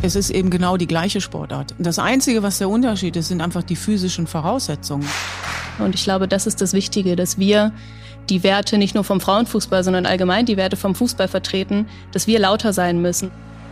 Es ist eben genau die gleiche Sportart. Das Einzige, was der Unterschied ist, sind einfach die physischen Voraussetzungen. Und ich glaube, das ist das Wichtige, dass wir die Werte nicht nur vom Frauenfußball, sondern allgemein die Werte vom Fußball vertreten, dass wir lauter sein müssen.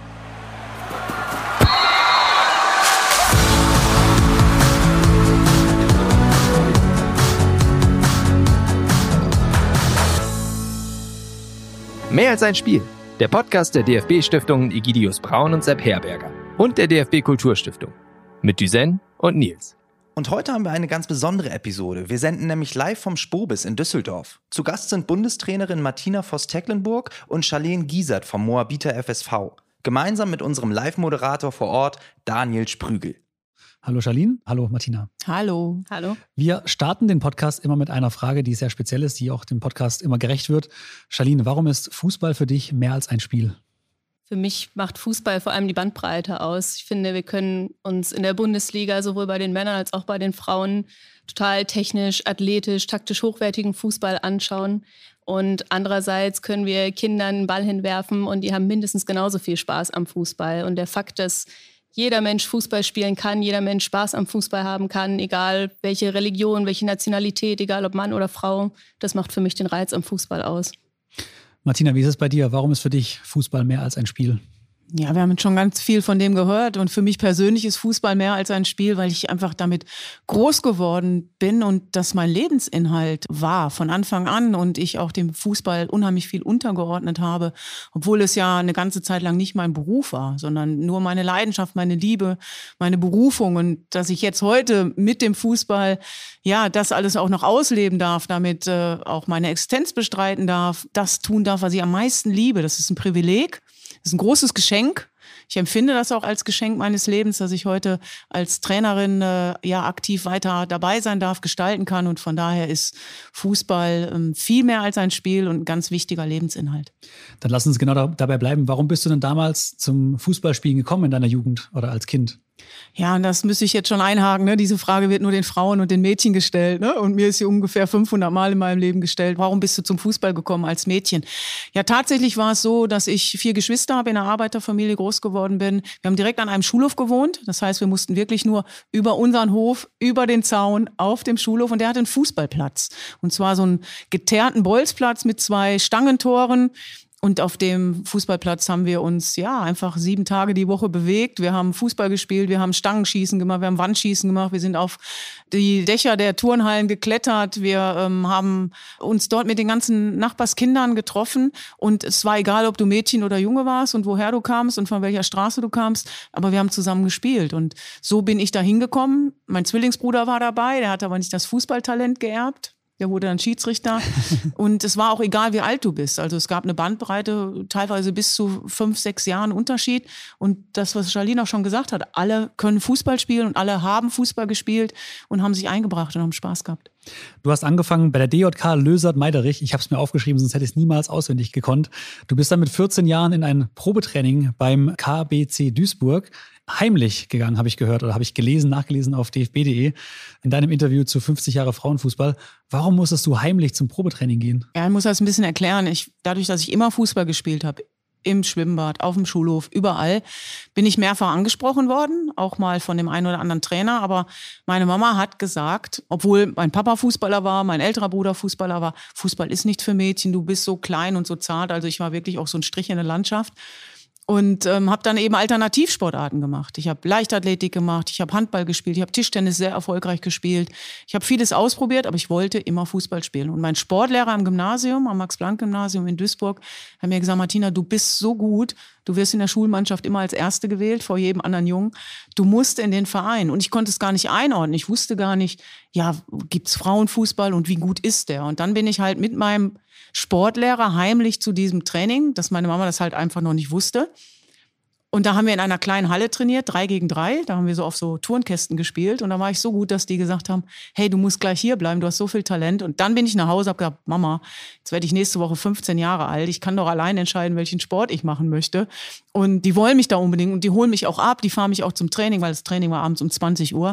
Mehr als ein Spiel. Der Podcast der DFB-Stiftungen Egidius Braun und Sepp Herberger und der DFB-Kulturstiftung. Mit Düsen und Nils. Und heute haben wir eine ganz besondere Episode. Wir senden nämlich live vom Spobis in Düsseldorf. Zu Gast sind Bundestrainerin Martina Voss-Tecklenburg und Charlene Giesert vom Moabiter FSV. Gemeinsam mit unserem Live-Moderator vor Ort, Daniel Sprügel. Hallo Charlene, hallo Martina. Hallo. Hallo. Wir starten den Podcast immer mit einer Frage, die sehr speziell ist, die auch dem Podcast immer gerecht wird. Charlene, warum ist Fußball für dich mehr als ein Spiel? Für mich macht Fußball vor allem die Bandbreite aus. Ich finde, wir können uns in der Bundesliga sowohl bei den Männern als auch bei den Frauen total technisch, athletisch, taktisch hochwertigen Fußball anschauen. Und andererseits können wir Kindern einen Ball hinwerfen und die haben mindestens genauso viel Spaß am Fußball. Und der Fakt, dass jeder Mensch Fußball spielen kann, jeder Mensch Spaß am Fußball haben kann, egal welche Religion, welche Nationalität, egal ob Mann oder Frau, das macht für mich den Reiz am Fußball aus. Martina, wie ist es bei dir? Warum ist für dich Fußball mehr als ein Spiel? Ja, wir haben schon ganz viel von dem gehört und für mich persönlich ist Fußball mehr als ein Spiel, weil ich einfach damit groß geworden bin und das mein Lebensinhalt war von Anfang an und ich auch dem Fußball unheimlich viel untergeordnet habe, obwohl es ja eine ganze Zeit lang nicht mein Beruf war, sondern nur meine Leidenschaft, meine Liebe, meine Berufung und dass ich jetzt heute mit dem Fußball ja das alles auch noch ausleben darf, damit auch meine Existenz bestreiten darf, das tun darf, was ich am meisten liebe. Das ist ein Privileg. Das ist ein großes Geschenk. Ich empfinde das auch als Geschenk meines Lebens, dass ich heute als Trainerin aktiv weiter dabei sein darf, gestalten kann. Und von daher ist Fußball viel mehr als ein Spiel und ein ganz wichtiger Lebensinhalt. Dann lass uns genau dabei bleiben. Warum bist du denn damals zum Fußballspielen gekommen in deiner Jugend oder als Kind? Ja, und das müsste ich jetzt schon einhaken. Ne? Diese Frage wird nur den Frauen und den Mädchen gestellt. Ne? Und mir ist sie ungefähr 500 Mal in meinem Leben gestellt. Warum bist du zum Fußball gekommen als Mädchen? Ja, tatsächlich war es so, dass ich 4 Geschwister habe, in einer Arbeiterfamilie groß geworden bin. Wir haben direkt an einem Schulhof gewohnt. Das heißt, wir mussten wirklich nur über unseren Hof, über den Zaun, auf dem Schulhof. Und der hatte einen Fußballplatz. Und zwar so einen geteerten Bolzplatz mit 2 Stangentoren. Und auf dem Fußballplatz haben wir uns einfach 7 Tage die Woche bewegt. Wir haben Fußball gespielt, wir haben Stangenschießen gemacht, wir haben Wandschießen gemacht, wir sind auf die Dächer der Turnhallen geklettert. Wir haben uns dort mit den ganzen Nachbarskindern getroffen. Und es war egal, ob du Mädchen oder Junge warst und woher du kamst und von welcher Straße du kamst. Aber wir haben zusammen gespielt. Und so bin ich da hingekommen. Mein Zwillingsbruder war dabei, der hat aber nicht das Fußballtalent geerbt. Der wurde dann Schiedsrichter und es war auch egal, wie alt du bist. Also es gab eine Bandbreite, teilweise bis zu 5, 6 Jahren Unterschied. Und das, was Charlene auch schon gesagt hat, alle können Fußball spielen und alle haben Fußball gespielt und haben sich eingebracht und haben Spaß gehabt. Du hast angefangen bei der DJK Lösert-Meiderich. Ich habe es mir aufgeschrieben, sonst hätte ich es niemals auswendig gekonnt. Du bist dann mit 14 Jahren in ein Probetraining beim KBC Duisburg heimlich gegangen, habe ich gehört oder habe ich gelesen, nachgelesen auf dfb.de in deinem Interview zu 50 Jahre Frauenfußball. Warum musstest du heimlich zum Probetraining gehen? Ja, ich muss das ein bisschen erklären. Dadurch, dass ich immer Fußball gespielt habe, im Schwimmbad, auf dem Schulhof, überall, bin ich mehrfach angesprochen worden, auch mal von dem einen oder anderen Trainer. Aber meine Mama hat gesagt, obwohl mein Papa Fußballer war, mein älterer Bruder Fußballer war, Fußball ist nicht für Mädchen, du bist so klein und so zart. Also ich war wirklich auch so ein Strich in der Landschaft. Und habe dann eben Alternativsportarten gemacht. Ich habe Leichtathletik gemacht, ich habe Handball gespielt, ich habe Tischtennis sehr erfolgreich gespielt. Ich habe vieles ausprobiert, aber ich wollte immer Fußball spielen. Und mein Sportlehrer am Gymnasium, am Max-Planck-Gymnasium in Duisburg, hat mir gesagt, Martina, du bist so gut, du wirst in der Schulmannschaft immer als Erste gewählt, vor jedem anderen Jungen. Du musst in den Verein. Und ich konnte es gar nicht einordnen. Ich wusste gar nicht, gibt's Frauenfußball und wie gut ist der? Und dann bin ich halt mit meinem Sportlehrer heimlich zu diesem Training, dass meine Mama das halt einfach noch nicht wusste. Und da haben wir in einer kleinen Halle trainiert, 3 gegen 3. Da haben wir so auf so Turnkästen gespielt. Und da war ich so gut, dass die gesagt haben, hey, du musst gleich hier bleiben, du hast so viel Talent. Und dann bin ich nach Hause, habe gesagt, Mama, jetzt werde ich nächste Woche 15 Jahre alt. Ich kann doch allein entscheiden, welchen Sport ich machen möchte. Und die wollen mich da unbedingt und die holen mich auch ab. Die fahren mich auch zum Training, weil das Training war abends um 20 Uhr.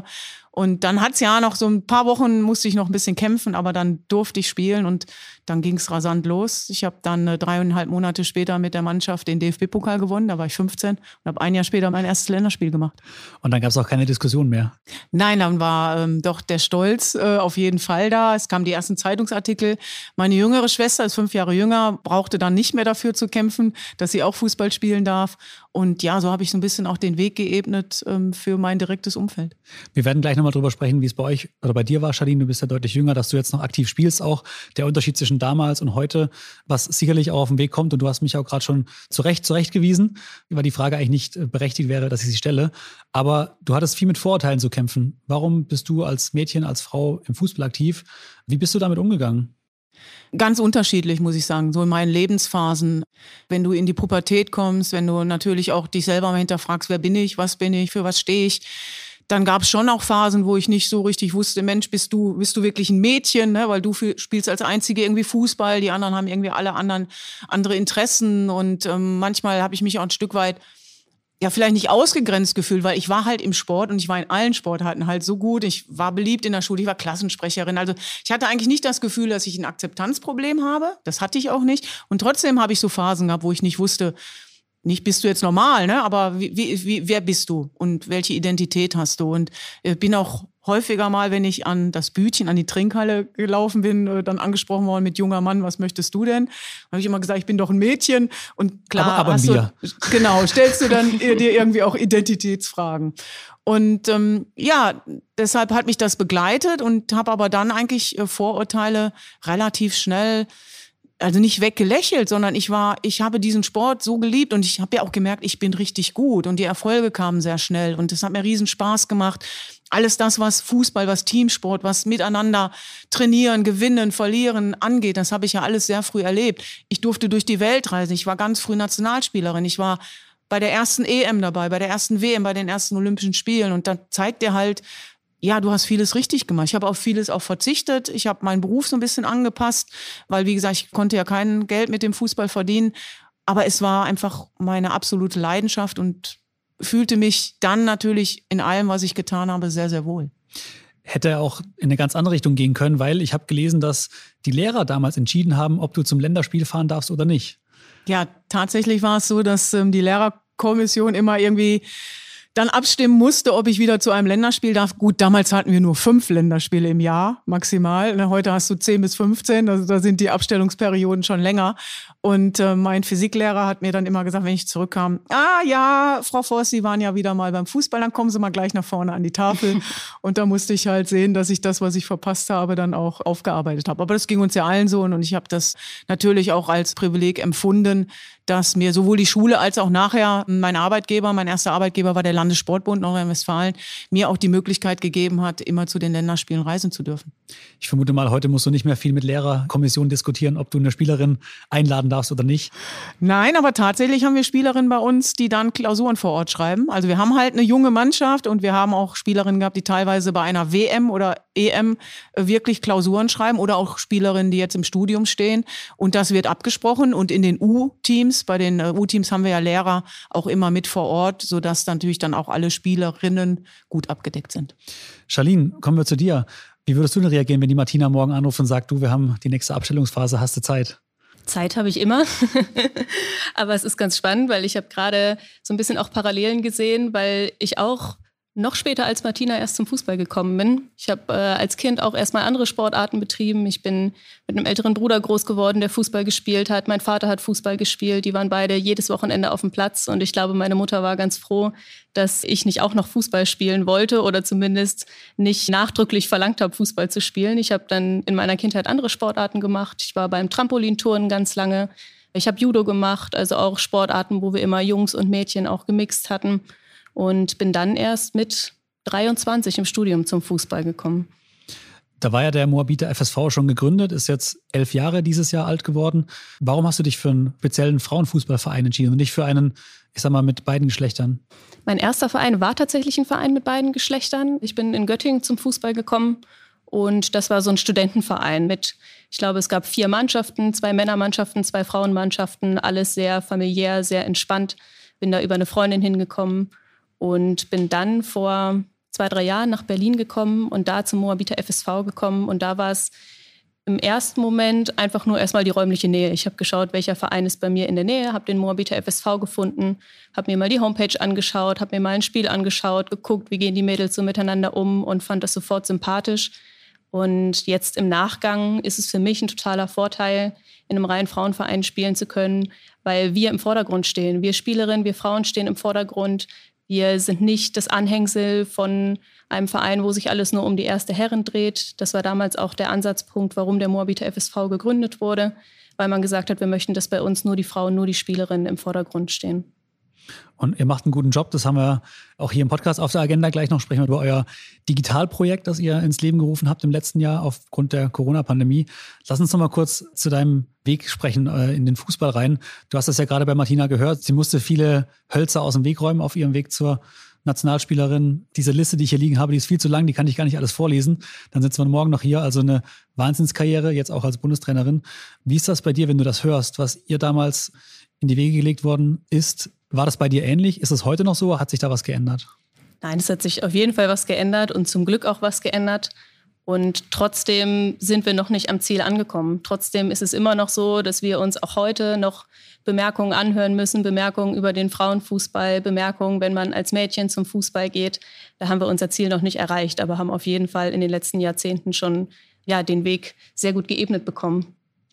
Und dann hat's ja noch so ein paar Wochen, musste ich noch ein bisschen kämpfen, aber dann durfte ich spielen und dann ging's rasant los. Ich habe dann 3,5 Monate später mit der Mannschaft den DFB-Pokal gewonnen, da war ich 15 und habe ein Jahr später mein erstes Länderspiel gemacht. Und dann gab es auch keine Diskussion mehr? Nein, dann war doch der Stolz auf jeden Fall da. Es kamen die ersten Zeitungsartikel. Meine jüngere Schwester ist 5 Jahre jünger, brauchte dann nicht mehr dafür zu kämpfen, dass sie auch Fußball spielen darf. Und ja, so habe ich so ein bisschen auch den Weg geebnet für mein direktes Umfeld. Wir werden gleich nochmal drüber sprechen, wie es bei euch oder bei dir war, Charlene. Du bist ja deutlich jünger, dass du jetzt noch aktiv spielst auch. Der Unterschied zwischen damals und heute, was sicherlich auch auf den Weg kommt. Und du hast mich auch gerade schon zurechtgewiesen, weil die Frage eigentlich nicht berechtigt wäre, dass ich sie stelle. Aber du hattest viel mit Vorurteilen zu kämpfen. Warum bist du als Mädchen, als Frau im Fußball aktiv? Wie bist du damit umgegangen? Ganz unterschiedlich, muss ich sagen, so in meinen Lebensphasen. Wenn du in die Pubertät kommst, wenn du natürlich auch dich selber mal hinterfragst, wer bin ich, was bin ich, für was stehe ich, dann gab es schon auch Phasen, wo ich nicht so richtig wusste, Mensch, bist du wirklich ein Mädchen, ne? Weil du spielst als Einzige irgendwie Fußball, die anderen haben irgendwie alle andere Interessen und manchmal habe ich mich auch ein Stück weit ja, vielleicht nicht ausgegrenzt gefühlt, weil ich war halt im Sport und ich war in allen Sportarten halt so gut. Ich war beliebt in der Schule, ich war Klassensprecherin. Also ich hatte eigentlich nicht das Gefühl, dass ich ein Akzeptanzproblem habe. Das hatte ich auch nicht. Und trotzdem habe ich so Phasen gehabt, wo ich nicht wusste, nicht bist du jetzt normal, ne? Aber wer bist du und welche Identität hast du? Und bin auch häufiger mal, wenn ich an das Bütchen, an die Trinkhalle gelaufen bin, dann angesprochen worden mit junger Mann, was möchtest du denn? Habe ich immer gesagt, ich bin doch ein Mädchen. Und klar, aber genau, stellst du dann dir irgendwie auch Identitätsfragen. Und ja, deshalb hat mich das begleitet und habe aber dann eigentlich Vorurteile relativ schnell, also nicht weggelächelt, sondern ich habe diesen Sport so geliebt und ich habe ja auch gemerkt, ich bin richtig gut und die Erfolge kamen sehr schnell und das hat mir riesen Spaß gemacht. Alles das, was Fußball, was Teamsport, was miteinander trainieren, gewinnen, verlieren angeht, das habe ich ja alles sehr früh erlebt. Ich durfte durch die Welt reisen, ich war ganz früh Nationalspielerin, ich war bei der ersten EM dabei, bei der ersten WM, bei den ersten Olympischen Spielen und da zeigt dir halt, ja, du hast vieles richtig gemacht. Ich habe auf vieles auch verzichtet. Ich habe meinen Beruf so ein bisschen angepasst, weil, wie gesagt, ich konnte ja kein Geld mit dem Fußball verdienen. Aber es war einfach meine absolute Leidenschaft und fühlte mich dann natürlich in allem, was ich getan habe, sehr, sehr wohl. Hätte auch in eine ganz andere Richtung gehen können, weil ich habe gelesen, dass die Lehrer damals entschieden haben, ob du zum Länderspiel fahren darfst oder nicht. Ja, tatsächlich war es so, dass die Lehrerkommission immer irgendwie dann abstimmen musste, ob ich wieder zu einem Länderspiel darf. Gut, damals hatten wir nur 5 Länderspiele im Jahr maximal. Heute hast du 10 bis 15, also da sind die Abstellungsperioden schon länger. Und mein Physiklehrer hat mir dann immer gesagt, wenn ich zurückkam, ja, Frau Voss, Sie waren ja wieder mal beim Fußball, dann kommen Sie mal gleich nach vorne an die Tafel. Und da musste ich halt sehen, dass ich das, was ich verpasst habe, dann auch aufgearbeitet habe. Aber das ging uns ja allen so und ich habe das natürlich auch als Privileg empfunden, dass mir sowohl die Schule als auch nachher mein erster Arbeitgeber war der Landessportbund Nordrhein-Westfalen, mir auch die Möglichkeit gegeben hat, immer zu den Länderspielen reisen zu dürfen. Ich vermute mal, heute musst du nicht mehr viel mit Lehrerkommissionen diskutieren, ob du eine Spielerin einladen darfst oder nicht. Nein, aber tatsächlich haben wir Spielerinnen bei uns, die dann Klausuren vor Ort schreiben. Also wir haben halt eine junge Mannschaft und wir haben auch Spielerinnen gehabt, die teilweise bei einer WM oder EM wirklich Klausuren schreiben oder auch Spielerinnen, die jetzt im Studium stehen. Und das wird abgesprochen und in den U-Teams, bei den U-Teams haben wir ja Lehrer auch immer mit vor Ort, sodass dann natürlich dann auch alle Spielerinnen gut abgedeckt sind. Charlene, kommen wir zu dir. Wie würdest du denn reagieren, wenn die Martina morgen anruft und sagt, du, wir haben die nächste Abstellungsphase, hast du Zeit? Zeit habe ich immer, aber es ist ganz spannend, weil ich habe gerade so ein bisschen auch Parallelen gesehen, weil ich auch noch später als Martina erst zum Fußball gekommen bin. Ich habe als Kind auch erstmal andere Sportarten betrieben. Ich bin mit einem älteren Bruder groß geworden, der Fußball gespielt hat. Mein Vater hat Fußball gespielt. Die waren beide jedes Wochenende auf dem Platz. Und ich glaube, meine Mutter war ganz froh, dass ich nicht auch noch Fußball spielen wollte oder zumindest nicht nachdrücklich verlangt habe, Fußball zu spielen. Ich habe dann in meiner Kindheit andere Sportarten gemacht. Ich war beim Trampolinturnen ganz lange. Ich habe Judo gemacht, also auch Sportarten, wo wir immer Jungs und Mädchen auch gemixt hatten. Und bin dann erst mit 23 im Studium zum Fußball gekommen. Da war ja der Moabiter FSV schon gegründet, ist jetzt 11 Jahre dieses Jahr alt geworden. Warum hast du dich für einen speziellen Frauenfußballverein entschieden und nicht für einen, ich sag mal, mit beiden Geschlechtern? Mein erster Verein war tatsächlich ein Verein mit beiden Geschlechtern. Ich bin in Göttingen zum Fußball gekommen und das war so ein Studentenverein mit, ich glaube, es gab 4 Mannschaften, 2 Männermannschaften, 2 Frauenmannschaften, alles sehr familiär, sehr entspannt. Bin da über eine Freundin hingekommen. Und bin dann vor 2-3 Jahren nach Berlin gekommen und da zum Moabiter FSV gekommen. Und da war es im ersten Moment einfach nur erstmal die räumliche Nähe. Ich habe geschaut, welcher Verein ist bei mir in der Nähe, habe den Moabiter FSV gefunden, habe mir mal die Homepage angeschaut, habe mir mal ein Spiel angeschaut, geguckt, wie gehen die Mädels so miteinander um und fand das sofort sympathisch. Und jetzt im Nachgang ist es für mich ein totaler Vorteil, in einem reinen Frauenverein spielen zu können, weil wir im Vordergrund stehen. Wir Spielerinnen, wir Frauen stehen im Vordergrund. Wir sind nicht das Anhängsel von einem Verein, wo sich alles nur um die erste Herren dreht. Das war damals auch der Ansatzpunkt, warum der Moabiter FSV gegründet wurde, weil man gesagt hat, wir möchten, dass bei uns nur die Frauen, nur die Spielerinnen im Vordergrund stehen. Und ihr macht einen guten Job, das haben wir auch hier im Podcast auf der Agenda. Gleich noch sprechen wir über euer Digitalprojekt, das ihr ins Leben gerufen habt im letzten Jahr aufgrund der Corona-Pandemie. Lass uns noch mal kurz zu deinem Weg sprechen in den Fußball rein. Du hast das ja gerade bei Martina gehört. Sie musste viele Hölzer aus dem Weg räumen auf ihrem Weg zur Nationalspielerin. Diese Liste, die ich hier liegen habe, die ist viel zu lang, die kann ich gar nicht alles vorlesen. Dann sitzen wir morgen noch hier. Also eine Wahnsinnskarriere, jetzt auch als Bundestrainerin. Wie ist das bei dir, wenn du das hörst, was ihr damals in die Wege gelegt worden ist? War das bei dir ähnlich? Ist es heute noch so? Hat sich da was geändert? Nein, es hat sich auf jeden Fall was geändert und zum Glück auch was geändert. Und trotzdem sind wir noch nicht am Ziel angekommen. Trotzdem ist es immer noch so, dass wir uns auch heute noch Bemerkungen anhören müssen, Bemerkungen über den Frauenfußball, Bemerkungen, wenn man als Mädchen zum Fußball geht. Da haben wir unser Ziel noch nicht erreicht, aber haben auf jeden Fall in den letzten Jahrzehnten schon den Weg sehr gut geebnet bekommen.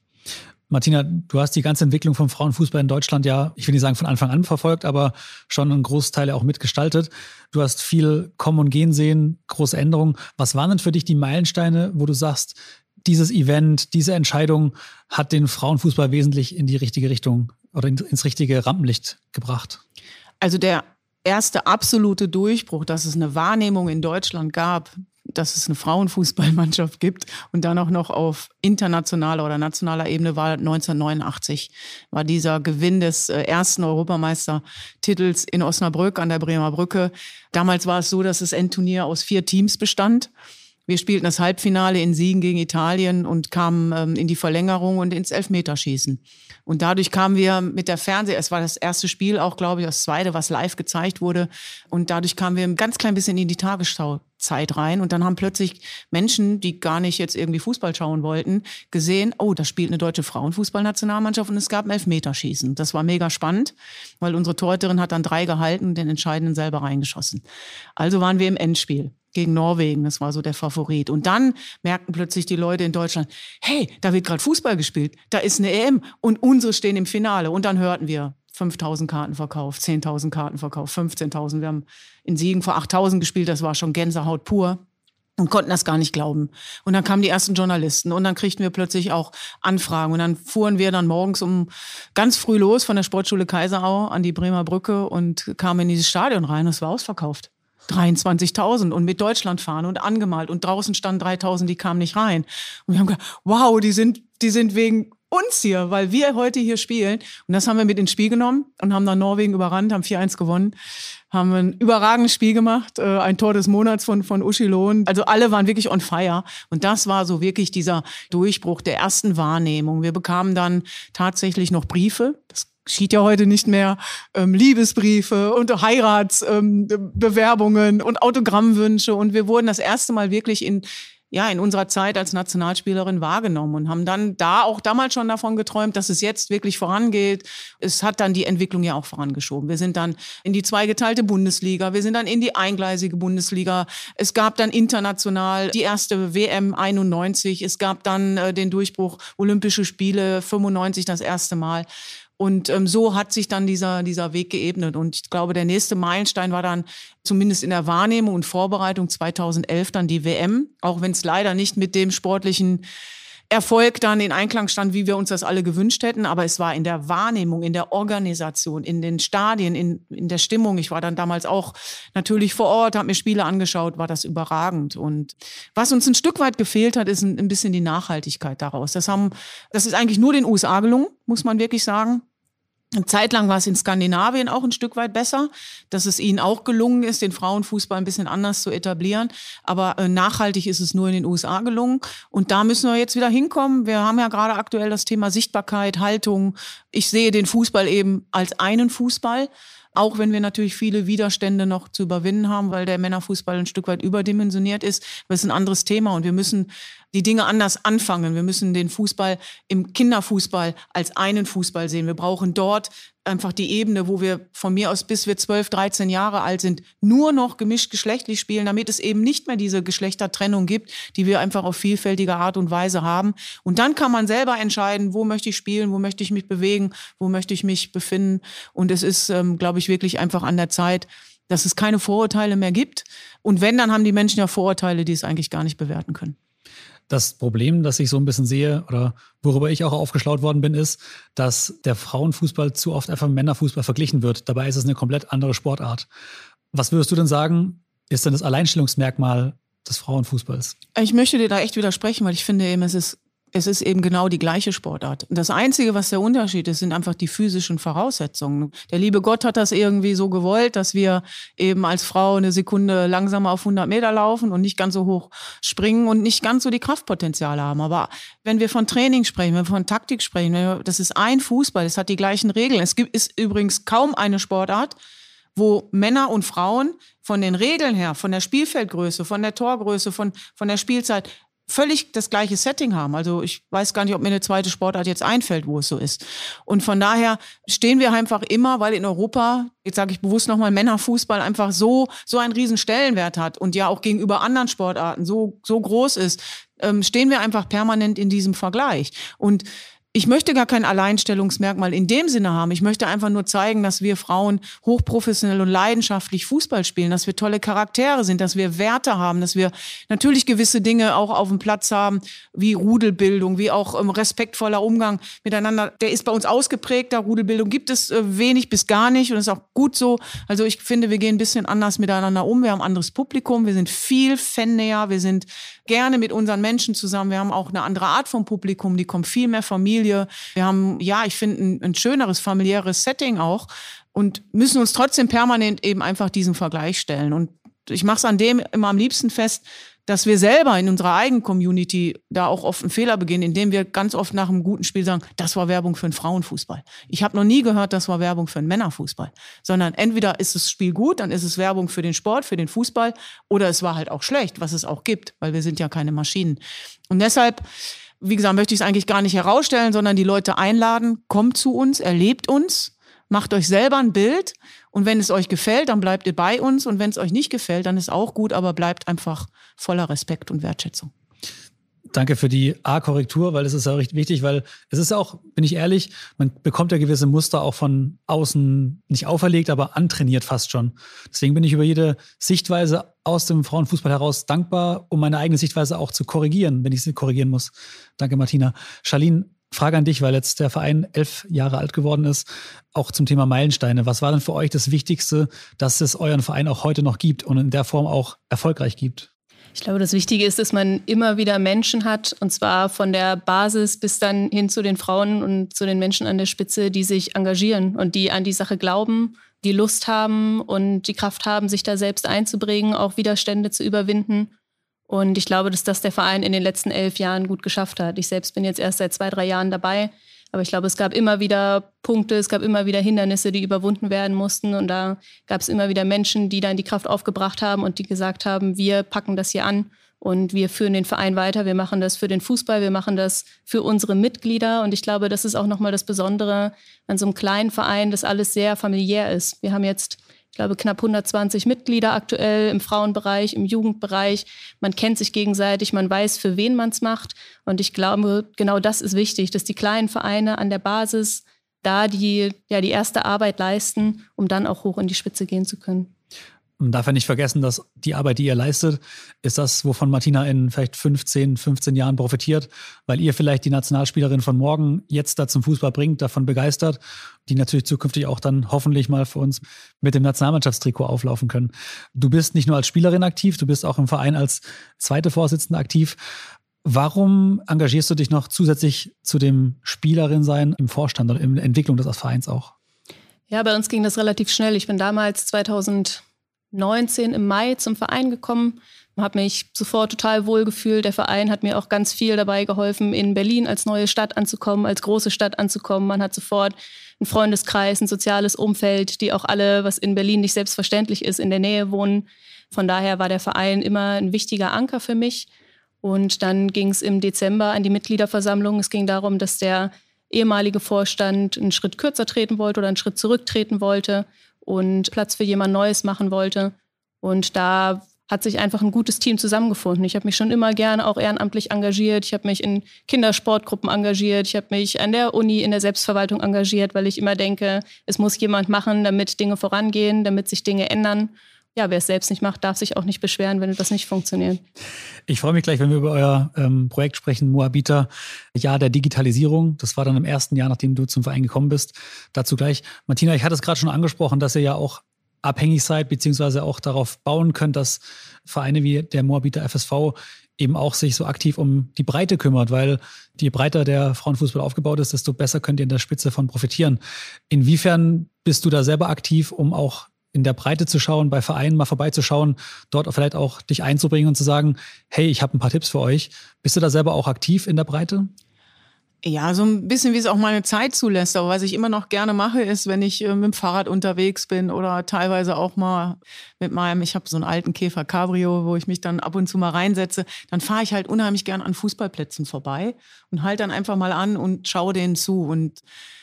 Martina, du hast die ganze Entwicklung vom Frauenfußball in Deutschland ja, ich will nicht sagen von Anfang an verfolgt, aber schon einen Großteil auch mitgestaltet. Du hast viel kommen und gehen sehen, große Änderungen. Was waren denn für dich die Meilensteine, wo du sagst, dieses Event, diese Entscheidung hat den Frauenfußball wesentlich in die richtige Richtung oder ins richtige Rampenlicht gebracht? Also der erste absolute Durchbruch, dass es eine Wahrnehmung in Deutschland gab, dass es eine Frauenfußballmannschaft gibt und dann auch noch auf internationaler oder nationaler Ebene, war 1989. War dieser Gewinn des ersten Europameistertitels in Osnabrück an der Bremer Brücke. Damals war es so, dass das Endturnier aus 4 Teams bestand. Wir spielten das Halbfinale in Siegen gegen Italien und kamen in die Verlängerung und ins Elfmeterschießen. Und dadurch kamen wir mit der es war das erste Spiel auch, glaube ich, das zweite, was live gezeigt wurde. Und dadurch kamen wir ein ganz klein bisschen in die Tagesschauzeit rein. Und dann haben plötzlich Menschen, die gar nicht jetzt irgendwie Fußball schauen wollten, gesehen, oh, da spielt eine deutsche Frauenfußballnationalmannschaft und es gab ein Elfmeterschießen. Das war mega spannend, weil unsere Torhüterin hat dann 3 gehalten und den entscheidenden selber reingeschossen. Also waren wir im Endspiel gegen Norwegen, das war so der Favorit. Und dann merkten plötzlich die Leute in Deutschland, hey, da wird gerade Fußball gespielt, da ist eine EM und unsere stehen im Finale. Und dann hörten wir 5.000 Karten verkauft, 10.000 Karten verkauft, 15.000. Wir haben in Siegen vor 8.000 gespielt, das war schon Gänsehaut pur. Und konnten das gar nicht glauben. Und dann kamen die ersten Journalisten und dann kriegten wir plötzlich auch Anfragen. Und dann fuhren wir dann morgens ganz früh los von der Sportschule Kaiserau an die Bremer Brücke und kamen in dieses Stadion rein. Es war ausverkauft. 23.000 und mit Deutschland fahren und angemalt und draußen standen 3.000, die kamen nicht rein. Und wir haben gedacht, wow, die sind wegen uns hier, weil wir heute hier spielen. Und das haben wir mit ins Spiel genommen und haben dann Norwegen überrannt, haben 4-1 gewonnen, haben ein überragendes Spiel gemacht, ein Tor des Monats von Uschi Lohn. Also alle waren wirklich on fire. Und das war so wirklich dieser Durchbruch der ersten Wahrnehmung. Wir bekamen dann tatsächlich noch Briefe. Das geschieht ja heute nicht mehr, Liebesbriefe und Heiratsbewerbungen und Autogrammwünsche. Und wir wurden das erste Mal wirklich in unserer Zeit als Nationalspielerin wahrgenommen und haben dann auch damals schon davon geträumt, dass es jetzt wirklich vorangeht. Es hat dann die Entwicklung ja auch vorangeschoben. Wir sind dann in die zweigeteilte Bundesliga, wir sind dann in die eingleisige Bundesliga. Es gab dann international die erste WM 91, es gab dann den Durchbruch Olympische Spiele 95 das erste Mal. Und so hat sich dann dieser Weg geebnet. Und ich glaube, der nächste Meilenstein war dann zumindest in der Wahrnehmung und Vorbereitung 2011 dann die WM. Auch wenn es leider nicht mit dem sportlichen Erfolg dann in Einklang stand, wie wir uns das alle gewünscht hätten. Aber es war in der Wahrnehmung, in der Organisation, in den Stadien, in der Stimmung. Ich war dann damals auch natürlich vor Ort, habe mir Spiele angeschaut, war das überragend. Und was uns ein Stück weit gefehlt hat, ist ein bisschen die Nachhaltigkeit daraus. Das ist eigentlich nur den USA gelungen, muss man wirklich sagen. Eine Zeit lang war es in Skandinavien auch ein Stück weit besser, dass es ihnen auch gelungen ist, den Frauenfußball ein bisschen anders zu etablieren. Aber nachhaltig ist es nur in den USA gelungen. Und da müssen wir jetzt wieder hinkommen. Wir haben ja gerade aktuell das Thema Sichtbarkeit, Haltung, Ich sehe den Fußball eben als einen Fußball. Auch wenn wir natürlich viele Widerstände noch zu überwinden haben, weil der Männerfußball ein Stück weit überdimensioniert ist. Das ist ein anderes Thema und wir müssen die Dinge anders anfangen. Wir müssen den Fußball im Kinderfußball als einen Fußball sehen. Wir brauchen dort einfach die Ebene, wo wir von mir aus, bis wir 12, 13 Jahre alt sind, nur noch gemischt geschlechtlich spielen, damit es eben nicht mehr diese Geschlechtertrennung gibt, die wir einfach auf vielfältige Art und Weise haben. Und dann kann man selber entscheiden, wo möchte ich spielen, wo möchte ich mich bewegen, wo möchte ich mich befinden. Und es ist, glaube ich, wirklich einfach an der Zeit, dass es keine Vorurteile mehr gibt. Und wenn, dann haben die Menschen ja Vorurteile, die es eigentlich gar nicht bewerten können. Das Problem, das ich so ein bisschen sehe oder worüber ich auch aufgeschlaut worden bin, ist, dass der Frauenfußball zu oft einfach mit Männerfußball verglichen wird. Dabei ist es eine komplett andere Sportart. Was würdest du denn sagen, ist denn das Alleinstellungsmerkmal des Frauenfußballs? Ich möchte dir da echt widersprechen, weil ich finde eben, es ist eben genau die gleiche Sportart. Das Einzige, was der Unterschied ist, sind einfach die physischen Voraussetzungen. Der liebe Gott hat das irgendwie so gewollt, dass wir eben als Frau eine Sekunde langsamer auf 100 Meter laufen und nicht ganz so hoch springen und nicht ganz so die Kraftpotenziale haben. Aber wenn wir von Training sprechen, wenn wir von Taktik sprechen, das ist ein Fußball, es hat die gleichen Regeln. Ist übrigens kaum eine Sportart, wo Männer und Frauen von den Regeln her, von der Spielfeldgröße, von der Torgröße, von der Spielzeit völlig das gleiche Setting haben. Also ich weiß gar nicht, ob mir eine zweite Sportart jetzt einfällt, wo es so ist. Und von daher stehen wir einfach immer, weil in Europa, jetzt sage ich bewusst nochmal, Männerfußball einfach so einen riesen Stellenwert hat und ja auch gegenüber anderen Sportarten so groß ist, stehen wir einfach permanent in diesem Vergleich. Und ich möchte gar kein Alleinstellungsmerkmal in dem Sinne haben. Ich möchte einfach nur zeigen, dass wir Frauen hochprofessionell und leidenschaftlich Fußball spielen, dass wir tolle Charaktere sind, dass wir Werte haben, dass wir natürlich gewisse Dinge auch auf dem Platz haben, wie Rudelbildung, wie auch respektvoller Umgang miteinander. Der ist bei uns ausgeprägt, da Rudelbildung gibt es wenig bis gar nicht und das ist auch gut so. Also ich finde, wir gehen ein bisschen anders miteinander um. Wir haben ein anderes Publikum, wir sind viel fannäher, wir sind gerne mit unseren Menschen zusammen. Wir haben auch eine andere Art von Publikum, die kommt viel mehr Familie. Wir haben, ja, ich finde, ein schöneres familiäres Setting auch und müssen uns trotzdem permanent eben einfach diesen Vergleich stellen. Und ich mache es an dem immer am liebsten fest, dass wir selber in unserer eigenen Community da auch oft einen Fehler begehen, indem wir ganz oft nach einem guten Spiel sagen, das war Werbung für einen Frauenfußball. Ich habe noch nie gehört, das war Werbung für einen Männerfußball. Sondern entweder ist das Spiel gut, dann ist es Werbung für den Sport, für den Fußball, oder es war halt auch schlecht, was es auch gibt, weil wir sind ja keine Maschinen. Und deshalb, wie gesagt, möchte ich es eigentlich gar nicht herausstellen, sondern die Leute einladen, kommt zu uns, erlebt uns, macht euch selber ein Bild und wenn es euch gefällt, dann bleibt ihr bei uns und wenn es euch nicht gefällt, dann ist auch gut, aber bleibt einfach voller Respekt und Wertschätzung. Danke für die A-Korrektur, weil es ist ja richtig wichtig, weil es ist auch, bin ich ehrlich, man bekommt ja gewisse Muster auch von außen nicht auferlegt, aber antrainiert fast schon. Deswegen bin ich über jede Sichtweise aus dem Frauenfußball heraus dankbar, um meine eigene Sichtweise auch zu korrigieren, wenn ich sie korrigieren muss. Danke, Martina. Charlene, Frage an dich, weil jetzt der Verein 11 Jahre alt geworden ist, auch zum Thema Meilensteine. Was war denn für euch das Wichtigste, dass es euren Verein auch heute noch gibt und in der Form auch erfolgreich gibt? Ich glaube, das Wichtige ist, dass man immer wieder Menschen hat, und zwar von der Basis bis dann hin zu den Frauen und zu den Menschen an der Spitze, die sich engagieren und die an die Sache glauben, die Lust haben und die Kraft haben, sich da selbst einzubringen, auch Widerstände zu überwinden. Und ich glaube, dass das der Verein in den letzten 11 Jahren gut geschafft hat. Ich selbst bin jetzt erst seit 2-3 Jahren dabei. Aber ich glaube, es gab immer wieder Punkte, es gab immer wieder Hindernisse, die überwunden werden mussten. Und da gab es immer wieder Menschen, die dann die Kraft aufgebracht haben und die gesagt haben, wir packen das hier an und wir führen den Verein weiter. Wir machen das für den Fußball, wir machen das für unsere Mitglieder. Und ich glaube, das ist auch nochmal das Besondere an so einem kleinen Verein, dass alles sehr familiär ist. Wir haben jetzt, ich glaube, knapp 120 Mitglieder aktuell im Frauenbereich, im Jugendbereich. Man kennt sich gegenseitig, man weiß, für wen man es macht. Und ich glaube, genau das ist wichtig, dass die kleinen Vereine an der Basis da die erste Arbeit leisten, um dann auch hoch in die Spitze gehen zu können. Man darf ja nicht vergessen, dass die Arbeit, die ihr leistet, ist das, wovon Martina in vielleicht 15 Jahren profitiert, weil ihr vielleicht die Nationalspielerin von morgen jetzt da zum Fußball bringt, davon begeistert, die natürlich zukünftig auch dann hoffentlich mal für uns mit dem Nationalmannschaftstrikot auflaufen können. Du bist nicht nur als Spielerin aktiv, du bist auch im Verein als zweite Vorsitzende aktiv. Warum engagierst du dich noch zusätzlich zu dem Spielerin-Sein im Vorstand oder in der Entwicklung des Vereins auch? Ja, bei uns ging das relativ schnell. Ich bin damals 2019 im Mai zum Verein gekommen, habe mich sofort total wohl gefühlt. Der Verein hat mir auch ganz viel dabei geholfen, in Berlin als neue Stadt anzukommen, als große Stadt anzukommen. Man hat sofort einen Freundeskreis, ein soziales Umfeld, die auch alle, was in Berlin nicht selbstverständlich ist, in der Nähe wohnen. Von daher war der Verein immer ein wichtiger Anker für mich. Und dann ging es im Dezember an die Mitgliederversammlung. Es ging darum, dass der ehemalige Vorstand einen Schritt kürzer treten wollte oder einen Schritt zurücktreten wollte und Platz für jemand Neues machen wollte. Und da hat sich einfach ein gutes Team zusammengefunden. Ich habe mich schon immer gerne auch ehrenamtlich engagiert. Ich habe mich in Kindersportgruppen engagiert. Ich habe mich an der Uni in der Selbstverwaltung engagiert, weil ich immer denke, es muss jemand machen, damit Dinge vorangehen, damit sich Dinge ändern. Ja, wer es selbst nicht macht, darf sich auch nicht beschweren, wenn etwas nicht funktioniert. Ich freue mich gleich, wenn wir über euer Projekt sprechen, Moabiter Jahr der Digitalisierung. Das war dann im ersten Jahr, nachdem du zum Verein gekommen bist. Dazu gleich. Martina, ich hatte es gerade schon angesprochen, dass ihr ja auch abhängig seid, beziehungsweise auch darauf bauen könnt, dass Vereine wie der Moabiter FSV eben auch sich so aktiv um die Breite kümmert, weil je breiter der Frauenfußball aufgebaut ist, desto besser könnt ihr in der Spitze von profitieren. Inwiefern bist du da selber aktiv, um auch in der Breite zu schauen, bei Vereinen mal vorbeizuschauen, dort vielleicht auch dich einzubringen und zu sagen, hey, ich habe ein paar Tipps für euch. Bist du da selber auch aktiv in der Breite? Ja, so ein bisschen, wie es auch meine Zeit zulässt. Aber was ich immer noch gerne mache, ist, wenn ich mit dem Fahrrad unterwegs bin oder teilweise auch mal ich habe so einen alten Käfer Cabrio, wo ich mich dann ab und zu mal reinsetze, dann fahre ich halt unheimlich gern an Fußballplätzen vorbei und halte dann einfach mal an und schaue denen zu. Und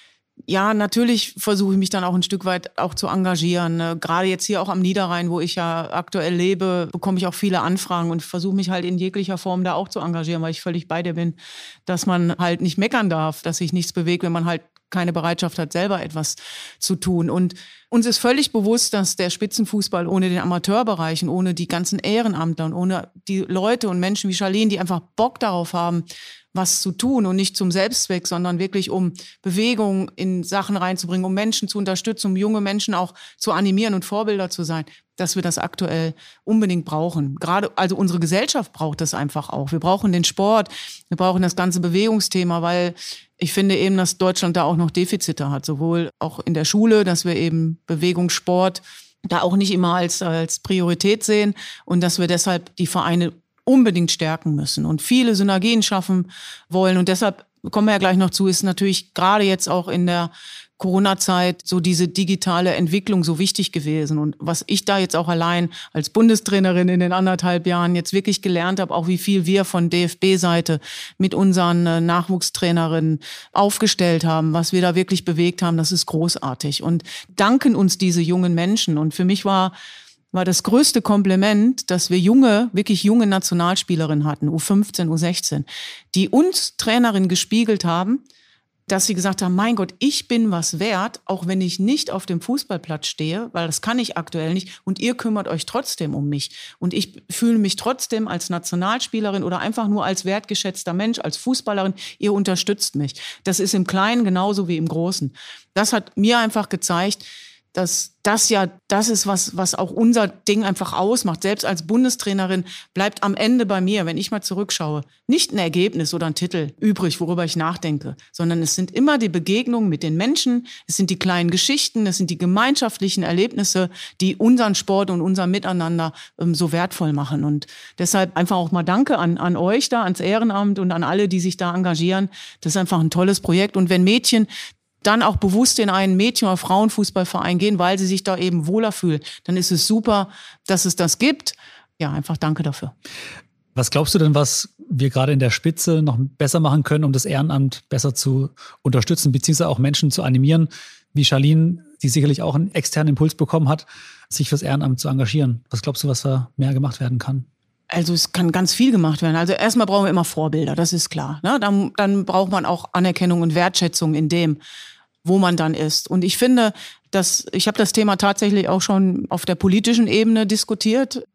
ja, natürlich versuche ich mich dann auch ein Stück weit auch zu engagieren. Gerade jetzt hier auch am Niederrhein, wo ich ja aktuell lebe, bekomme ich auch viele Anfragen und versuche mich halt in jeglicher Form da auch zu engagieren, weil ich völlig bei dir bin, dass man halt nicht meckern darf, dass sich nichts bewegt, wenn man halt keine Bereitschaft hat, selber etwas zu tun. Und uns ist völlig bewusst, dass der Spitzenfußball ohne den Amateurbereich und ohne die ganzen Ehrenamtler und ohne die Leute und Menschen wie Charlene, die einfach Bock darauf haben, was zu tun und nicht zum Selbstzweck, sondern wirklich um Bewegung in Sachen reinzubringen, um Menschen zu unterstützen, um junge Menschen auch zu animieren und Vorbilder zu sein, dass wir das aktuell unbedingt brauchen. Gerade, also unsere Gesellschaft braucht das einfach auch. Wir brauchen den Sport, wir brauchen das ganze Bewegungsthema, weil ich finde eben, dass Deutschland da auch noch Defizite hat, sowohl auch in der Schule, dass wir eben Bewegung, Sport da auch nicht immer als Priorität sehen und dass wir deshalb die Vereine unbedingt stärken müssen und viele Synergien schaffen wollen. Und deshalb, kommen wir ja gleich noch zu, ist natürlich gerade jetzt auch in der Corona-Zeit so diese digitale Entwicklung so wichtig gewesen. Und was ich da jetzt auch allein als Bundestrainerin in den 1,5 Jahren jetzt wirklich gelernt habe, auch wie viel wir von DFB-Seite mit unseren Nachwuchstrainerinnen aufgestellt haben, was wir da wirklich bewegt haben, das ist großartig. Und danken uns diese jungen Menschen. Und für mich war das größte Kompliment, dass wir wirklich junge Nationalspielerinnen hatten, U15, U16, die uns Trainerinnen gespiegelt haben, dass sie gesagt haben, mein Gott, ich bin was wert, auch wenn ich nicht auf dem Fußballplatz stehe, weil das kann ich aktuell nicht und ihr kümmert euch trotzdem um mich. Und ich fühle mich trotzdem als Nationalspielerin oder einfach nur als wertgeschätzter Mensch, als Fußballerin, ihr unterstützt mich. Das ist im Kleinen genauso wie im Großen. Das hat mir einfach gezeigt, dass das ist, was auch unser Ding einfach ausmacht. Selbst als Bundestrainerin bleibt am Ende bei mir, wenn ich mal zurückschaue, nicht ein Ergebnis oder ein Titel übrig, worüber ich nachdenke, sondern es sind immer die Begegnungen mit den Menschen, es sind die kleinen Geschichten, es sind die gemeinschaftlichen Erlebnisse, die unseren Sport und unser Miteinander so wertvoll machen. Und deshalb einfach auch mal Danke an euch da, ans Ehrenamt und an alle, die sich da engagieren. Das ist einfach ein tolles Projekt. Und wenn Mädchen dann auch bewusst in einen Mädchen- oder Frauenfußballverein gehen, weil sie sich da eben wohler fühlen, dann ist es super, dass es das gibt. Ja, einfach danke dafür. Was glaubst du denn, was wir gerade in der Spitze noch besser machen können, um das Ehrenamt besser zu unterstützen, beziehungsweise auch Menschen zu animieren, wie Charlene, die sicherlich auch einen externen Impuls bekommen hat, sich fürs Ehrenamt zu engagieren? Was glaubst du, was da mehr gemacht werden kann? Also es kann ganz viel gemacht werden. Also erstmal brauchen wir immer Vorbilder, das ist klar. Ne? Dann braucht man auch Anerkennung und Wertschätzung in dem, wo man dann ist. Und ich finde, ich habe das Thema tatsächlich auch schon auf der politischen Ebene diskutiert.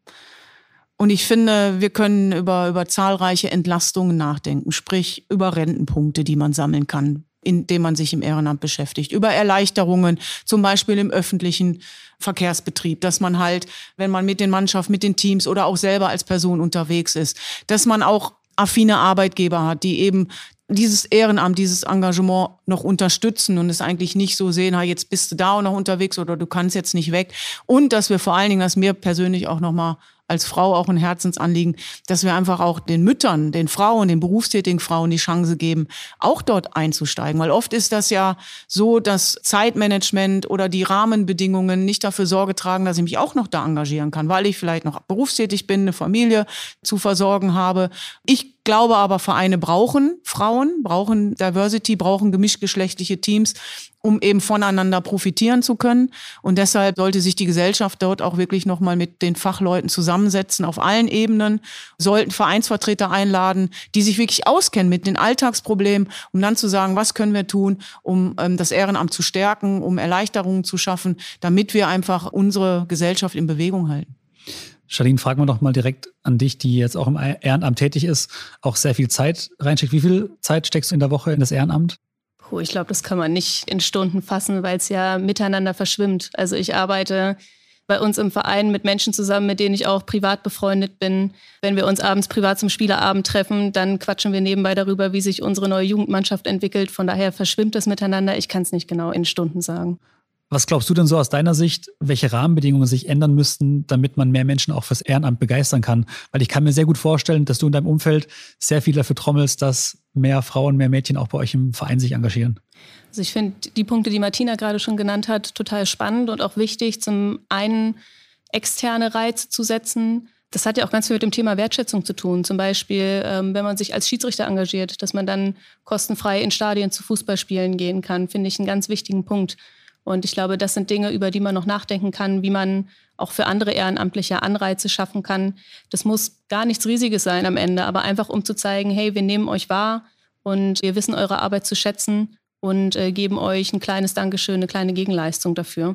Und ich finde, wir können über zahlreiche Entlastungen nachdenken, sprich über Rentenpunkte, die man sammeln kann, indem man sich im Ehrenamt beschäftigt, über Erleichterungen, zum Beispiel im öffentlichen Verkehrsbetrieb, dass man halt, wenn man mit den Mannschaften, mit den Teams oder auch selber als Person unterwegs ist, dass man auch affine Arbeitgeber hat, die eben dieses Ehrenamt, dieses Engagement noch unterstützen und es eigentlich nicht so sehen, jetzt bist du da auch noch unterwegs oder du kannst jetzt nicht weg. Und dass wir vor allen Dingen, dass mir persönlich auch nochmal als Frau auch ein Herzensanliegen, dass wir einfach auch den Müttern, den Frauen, den berufstätigen Frauen die Chance geben, auch dort einzusteigen. Weil oft ist das ja so, dass Zeitmanagement oder die Rahmenbedingungen nicht dafür Sorge tragen, dass ich mich auch noch da engagieren kann, weil ich vielleicht noch berufstätig bin, eine Familie zu versorgen habe. Ich glaube aber, Vereine brauchen Frauen, brauchen Diversity, brauchen gemischtgeschlechtliche Teams, um eben voneinander profitieren zu können. Und deshalb sollte sich die Gesellschaft dort auch wirklich nochmal mit den Fachleuten zusammensetzen auf allen Ebenen, sollten Vereinsvertreter einladen, die sich wirklich auskennen mit den Alltagsproblemen, um dann zu sagen, was können wir tun, um das Ehrenamt zu stärken, um Erleichterungen zu schaffen, damit wir einfach unsere Gesellschaft in Bewegung halten. Charlene, fragen wir doch mal direkt an dich, die jetzt auch im Ehrenamt tätig ist, auch sehr viel Zeit reinsteckt. Wie viel Zeit steckst du in der Woche in das Ehrenamt? Ich glaube, das kann man nicht in Stunden fassen, weil es ja miteinander verschwimmt. Also ich arbeite bei uns im Verein mit Menschen zusammen, mit denen ich auch privat befreundet bin. Wenn wir uns abends privat zum Spielerabend treffen, dann quatschen wir nebenbei darüber, wie sich unsere neue Jugendmannschaft entwickelt. Von daher verschwimmt das miteinander. Ich kann es nicht genau in Stunden sagen. Was glaubst du denn so aus deiner Sicht, welche Rahmenbedingungen sich ändern müssten, damit man mehr Menschen auch fürs Ehrenamt begeistern kann? Weil ich kann mir sehr gut vorstellen, dass du in deinem Umfeld sehr viel dafür trommelst, dass mehr Frauen, mehr Mädchen auch bei euch im Verein sich engagieren. Also ich finde die Punkte, die Martina gerade schon genannt hat, total spannend und auch wichtig, zum einen externe Reize zu setzen. Das hat ja auch ganz viel mit dem Thema Wertschätzung zu tun. Zum Beispiel, wenn man sich als Schiedsrichter engagiert, dass man dann kostenfrei in Stadien zu Fußballspielen gehen kann, finde ich einen ganz wichtigen Punkt. Und ich glaube, das sind Dinge, über die man noch nachdenken kann, wie man auch für andere Ehrenamtliche Anreize schaffen kann. Das muss gar nichts Riesiges sein am Ende, aber einfach um zu zeigen, hey, wir nehmen euch wahr und wir wissen eure Arbeit zu schätzen und geben euch ein kleines Dankeschön, eine kleine Gegenleistung dafür.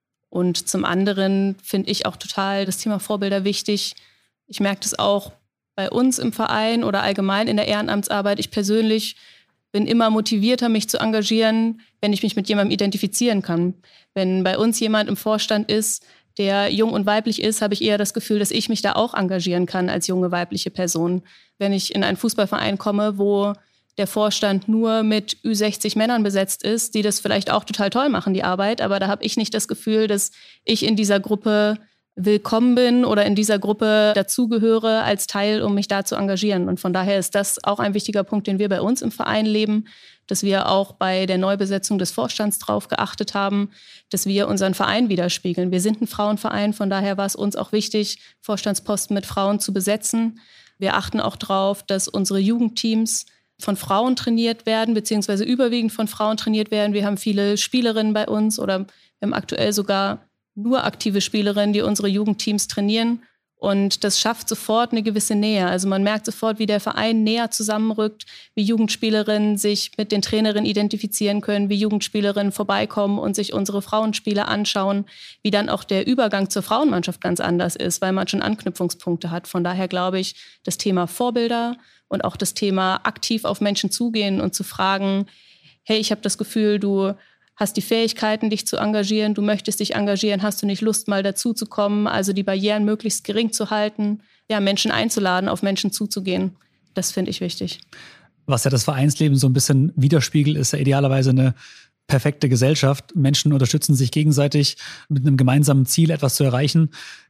Und zum anderen finde ich auch total das Thema Vorbilder wichtig. Ich merke das auch bei uns im Verein oder allgemein in der Ehrenamtsarbeit. Ich persönlich bin immer motivierter, mich zu engagieren, wenn ich mich mit jemandem identifizieren kann. Wenn bei uns jemand im Vorstand ist, der jung und weiblich ist, habe ich eher das Gefühl, dass ich mich da auch engagieren kann als junge weibliche Person. Wenn ich in einen Fußballverein komme, wo der Vorstand nur mit Ü60 Männern besetzt ist, die das vielleicht auch total toll machen, die Arbeit, aber da habe ich nicht das Gefühl, dass ich in dieser Gruppe willkommen bin oder in dieser Gruppe dazugehöre als Teil, um mich da zu engagieren. Und von daher ist das auch ein wichtiger Punkt, den wir bei uns im Verein leben, dass wir auch bei der Neubesetzung des Vorstands darauf geachtet haben, dass wir unseren Verein widerspiegeln. Wir sind ein Frauenverein, von daher war es uns auch wichtig, Vorstandsposten mit Frauen zu besetzen. Wir achten auch darauf, dass unsere Jugendteams von Frauen trainiert werden, beziehungsweise überwiegend von Frauen trainiert werden. Wir haben viele Spielerinnen bei uns oder wir haben aktuell sogar nur aktive Spielerinnen, die unsere Jugendteams trainieren. Und das schafft sofort eine gewisse Nähe. Also man merkt sofort, wie der Verein näher zusammenrückt, wie Jugendspielerinnen sich mit den Trainerinnen identifizieren können, wie Jugendspielerinnen vorbeikommen und sich unsere Frauenspiele anschauen, wie dann auch der Übergang zur Frauenmannschaft ganz anders ist, weil man schon Anknüpfungspunkte hat. Von daher glaube ich, das Thema Vorbilder und auch das Thema aktiv auf Menschen zugehen und zu fragen, hey, ich habe das Gefühl, du hast die Fähigkeiten, dich zu engagieren, du möchtest dich engagieren, hast du nicht Lust, mal dazu zu kommen, also die Barrieren möglichst gering zu halten, ja, Menschen einzuladen, auf Menschen zuzugehen. Das finde ich wichtig. Was ja das Vereinsleben so ein bisschen widerspiegelt, ist ja idealerweise eine perfekte Gesellschaft. Menschen unterstützen sich gegenseitig mit einem gemeinsamen Ziel, etwas zu erreichen.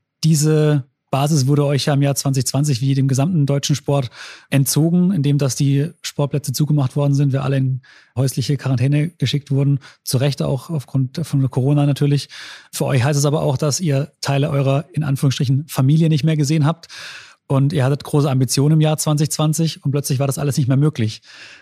Diese Basis wurde euch ja im Jahr 2020 wie dem gesamten deutschen Sport entzogen, indem dass die Sportplätze zugemacht worden sind, wir alle in häusliche Quarantäne geschickt wurden, zu Recht auch aufgrund von Corona natürlich. Für euch heißt es aber auch, dass ihr Teile eurer, in Anführungsstrichen, Familie nicht mehr gesehen habt und ihr hattet große Ambitionen im Jahr 2020 und plötzlich war das alles nicht mehr möglich.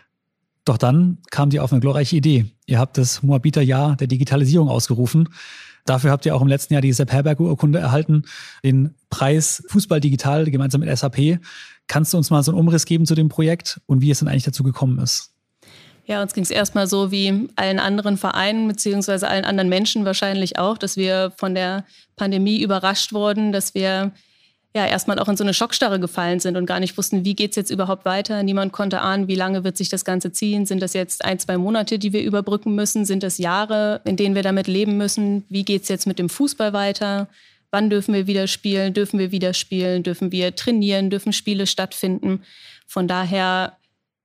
Doch dann kamt ihr auf eine glorreiche Idee. Ihr habt das Moabiter Jahr der Digitalisierung ausgerufen. Dafür habt ihr auch im letzten Jahr die Sepp-Herberger-Urkunde erhalten, den Preis Fußball Digital gemeinsam mit SAP. Kannst du uns mal so einen Umriss geben zu dem Projekt und wie es denn eigentlich dazu gekommen ist? Ja, uns ging es erstmal so wie allen anderen Vereinen beziehungsweise allen anderen Menschen wahrscheinlich auch, dass wir von der Pandemie überrascht wurden, dass wir ja erstmal auch in so eine Schockstarre gefallen sind und gar nicht wussten, wie geht's jetzt überhaupt weiter. Niemand konnte ahnen, wie lange wird sich das Ganze ziehen. Sind das jetzt 1-2 Monate, die wir überbrücken müssen? Sind das Jahre, in denen wir damit leben müssen? Wie geht's jetzt mit dem Fußball weiter? Wann dürfen wir wieder spielen? Dürfen wir wieder spielen? Dürfen wir trainieren? Dürfen Spiele stattfinden? Von daher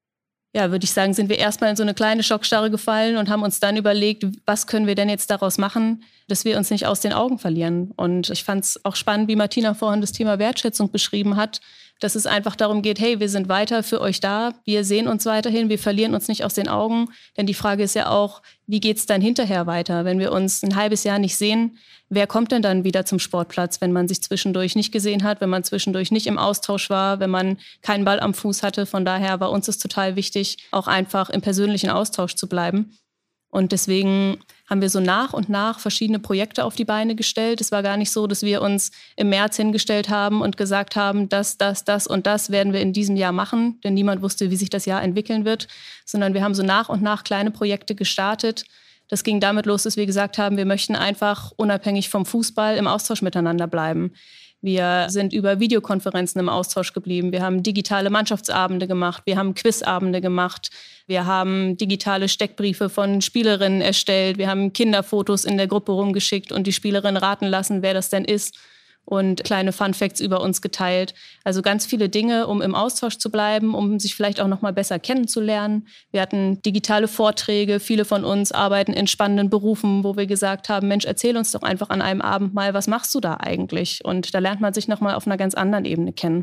ja, würde ich sagen, sind wir erstmal in so eine kleine Schockstarre gefallen und haben uns dann überlegt, was können wir denn jetzt daraus machen, dass wir uns nicht aus den Augen verlieren. Und ich fand es auch spannend, wie Martina vorhin das Thema Wertschätzung beschrieben hat, dass es einfach darum geht, hey, wir sind weiter für euch da, wir sehen uns weiterhin, wir verlieren uns nicht aus den Augen. Denn die Frage ist ja auch, wie geht's dann hinterher weiter? Wenn wir uns ein halbes Jahr nicht sehen, wer kommt denn dann wieder zum Sportplatz, wenn man sich zwischendurch nicht gesehen hat, wenn man zwischendurch nicht im Austausch war, wenn man keinen Ball am Fuß hatte? Von daher war uns es total wichtig, auch einfach im persönlichen Austausch zu bleiben. Und deswegen haben wir so nach und nach verschiedene Projekte auf die Beine gestellt. Es war gar nicht so, dass wir uns im März hingestellt haben und gesagt haben, das und das werden wir in diesem Jahr machen, denn niemand wusste, wie sich das Jahr entwickeln wird, sondern wir haben so nach und nach kleine Projekte gestartet. Das ging damit los, dass wir gesagt haben, wir möchten einfach unabhängig vom Fußball im Austausch miteinander bleiben. Wir sind über Videokonferenzen im Austausch geblieben. Wir haben digitale Mannschaftsabende gemacht. Wir haben Quizabende gemacht. Wir haben digitale Steckbriefe von Spielerinnen erstellt. Wir haben Kinderfotos in der Gruppe rumgeschickt und die Spielerinnen raten lassen, wer das denn ist. Und kleine Funfacts über uns geteilt. Also ganz viele Dinge, um im Austausch zu bleiben, um sich vielleicht auch noch mal besser kennenzulernen. Wir hatten digitale Vorträge. Viele von uns arbeiten in spannenden Berufen, wo wir gesagt haben, Mensch, erzähl uns doch einfach an einem Abend mal, was machst du da eigentlich? Und da lernt man sich noch mal auf einer ganz anderen Ebene kennen.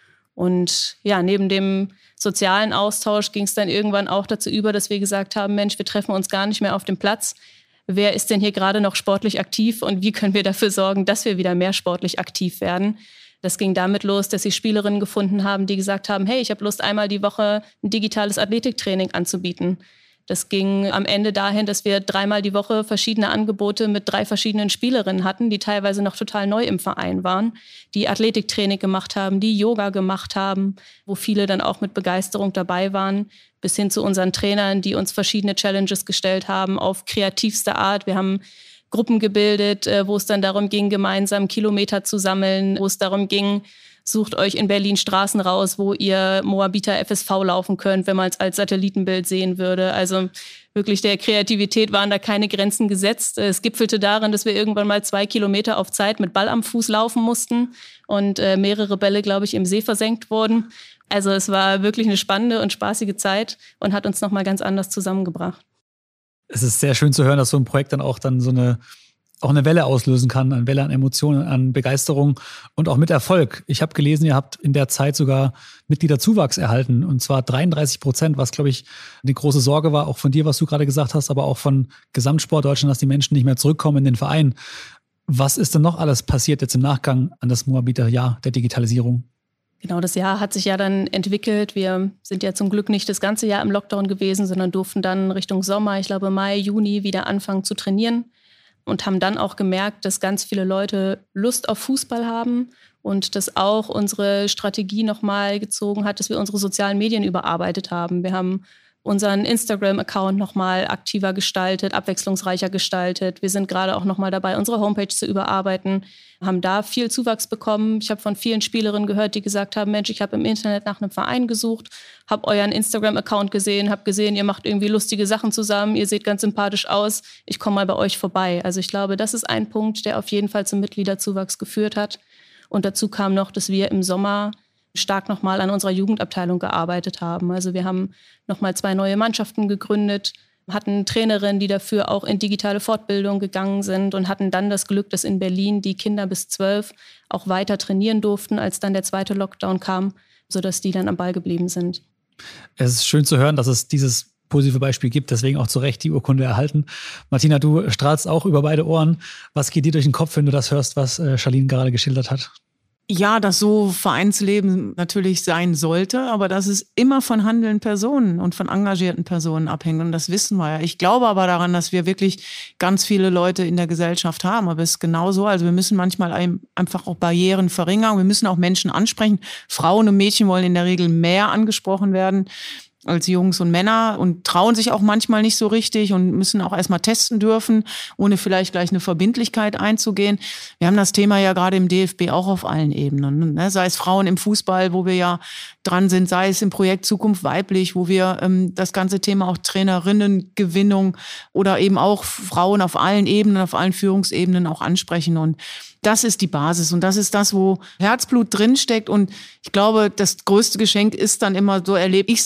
Und ja, neben dem sozialen Austausch ging es dann irgendwann auch dazu über, dass wir gesagt haben, Mensch, wir treffen uns gar nicht mehr auf dem Platz. Wer ist denn hier gerade noch sportlich aktiv und wie können wir dafür sorgen, dass wir wieder mehr sportlich aktiv werden? Das ging damit los, dass sie Spielerinnen gefunden haben, die gesagt haben, hey, ich habe Lust, einmal die Woche ein digitales Athletiktraining anzubieten. Das ging am Ende dahin, dass wir 3-mal die Woche verschiedene Angebote mit 3 verschiedenen Spielerinnen hatten, die teilweise noch total neu im Verein waren, die Athletiktraining gemacht haben, die Yoga gemacht haben, wo viele dann auch mit Begeisterung dabei waren, bis hin zu unseren Trainern, die uns verschiedene Challenges gestellt haben auf kreativste Art. Wir haben Gruppen gebildet, wo es dann darum ging, gemeinsam Kilometer zu sammeln, wo es darum ging, sucht euch in Berlin Straßen raus, wo ihr Moabiter FSV laufen könnt, wenn man es als Satellitenbild sehen würde. Also wirklich der Kreativität waren da keine Grenzen gesetzt. Es gipfelte darin, dass wir irgendwann mal 2 Kilometer auf Zeit mit Ball am Fuß laufen mussten und mehrere Bälle, glaube ich, im See versenkt wurden. Also es war wirklich eine spannende und spaßige Zeit und hat uns nochmal ganz anders zusammengebracht. Es ist sehr schön zu hören, dass so ein Projekt dann auch so eine Welle auslösen kann, eine Welle an Emotionen, an Begeisterung und auch mit Erfolg. Ich habe gelesen, ihr habt in der Zeit sogar Mitgliederzuwachs erhalten und zwar 33%, was, glaube ich, eine große Sorge war, auch von dir, was du gerade gesagt hast, aber auch von Gesamtsport Deutschland, dass die Menschen nicht mehr zurückkommen in den Verein. Was ist denn noch alles passiert jetzt im Nachgang an das Moabiter Jahr der Digitalisierung? Genau, das Jahr hat sich ja dann entwickelt. Wir sind ja zum Glück nicht das ganze Jahr im Lockdown gewesen, sondern durften dann Richtung Sommer, ich glaube Mai, Juni, wieder anfangen zu trainieren. Und haben dann auch gemerkt, dass ganz viele Leute Lust auf Fußball haben und dass auch unsere Strategie nochmal gezogen hat, dass wir unsere sozialen Medien überarbeitet haben. Wir haben unseren Instagram-Account nochmal aktiver gestaltet, abwechslungsreicher gestaltet. Wir sind gerade auch nochmal dabei, unsere Homepage zu überarbeiten, haben da viel Zuwachs bekommen. Ich habe von vielen Spielerinnen gehört, die gesagt haben, Mensch, ich habe im Internet nach einem Verein gesucht, habe euren Instagram-Account gesehen, habe gesehen, ihr macht irgendwie lustige Sachen zusammen, ihr seht ganz sympathisch aus, ich komme mal bei euch vorbei. Also ich glaube, das ist ein Punkt, der auf jeden Fall zum Mitgliederzuwachs geführt hat. Und dazu kam noch, dass wir im Sommer stark nochmal an unserer Jugendabteilung gearbeitet haben. Also wir haben nochmal 2 neue Mannschaften gegründet, hatten Trainerinnen, die dafür auch in digitale Fortbildung gegangen sind und hatten dann das Glück, dass in Berlin die Kinder bis 12 auch weiter trainieren durften, als dann der 2. Lockdown kam, sodass die dann am Ball geblieben sind. Es ist schön zu hören, dass es dieses positive Beispiel gibt, deswegen auch zu Recht die Urkunde erhalten. Martina, du strahlst auch über beide Ohren. Was geht dir durch den Kopf, wenn du das hörst, was Charlene gerade geschildert hat? Ja, dass so Vereinsleben natürlich sein sollte, aber dass es immer von handelnden Personen und von engagierten Personen abhängt. Und das wissen wir ja. Ich glaube aber daran, dass wir wirklich ganz viele Leute in der Gesellschaft haben. Aber es ist genauso. Also wir müssen manchmal einfach auch Barrieren verringern. Wir müssen auch Menschen ansprechen. Frauen und Mädchen wollen in der Regel mehr angesprochen werden als Jungs und Männer und trauen sich auch manchmal nicht so richtig und müssen auch erstmal testen dürfen, ohne vielleicht gleich eine Verbindlichkeit einzugehen. Wir haben das Thema ja gerade im DFB auch auf allen Ebenen, ne? Sei es Frauen im Fußball, wo wir ja dran sind, sei es im Projekt Zukunft weiblich, wo wir das ganze Thema auch Trainerinnengewinnung oder eben auch Frauen auf allen Ebenen, auf allen Führungsebenen auch ansprechen. Und das ist die Basis und das ist das, wo Herzblut drinsteckt. Und ich glaube, das größte Geschenk ist dann immer, so erlebe ich selber auch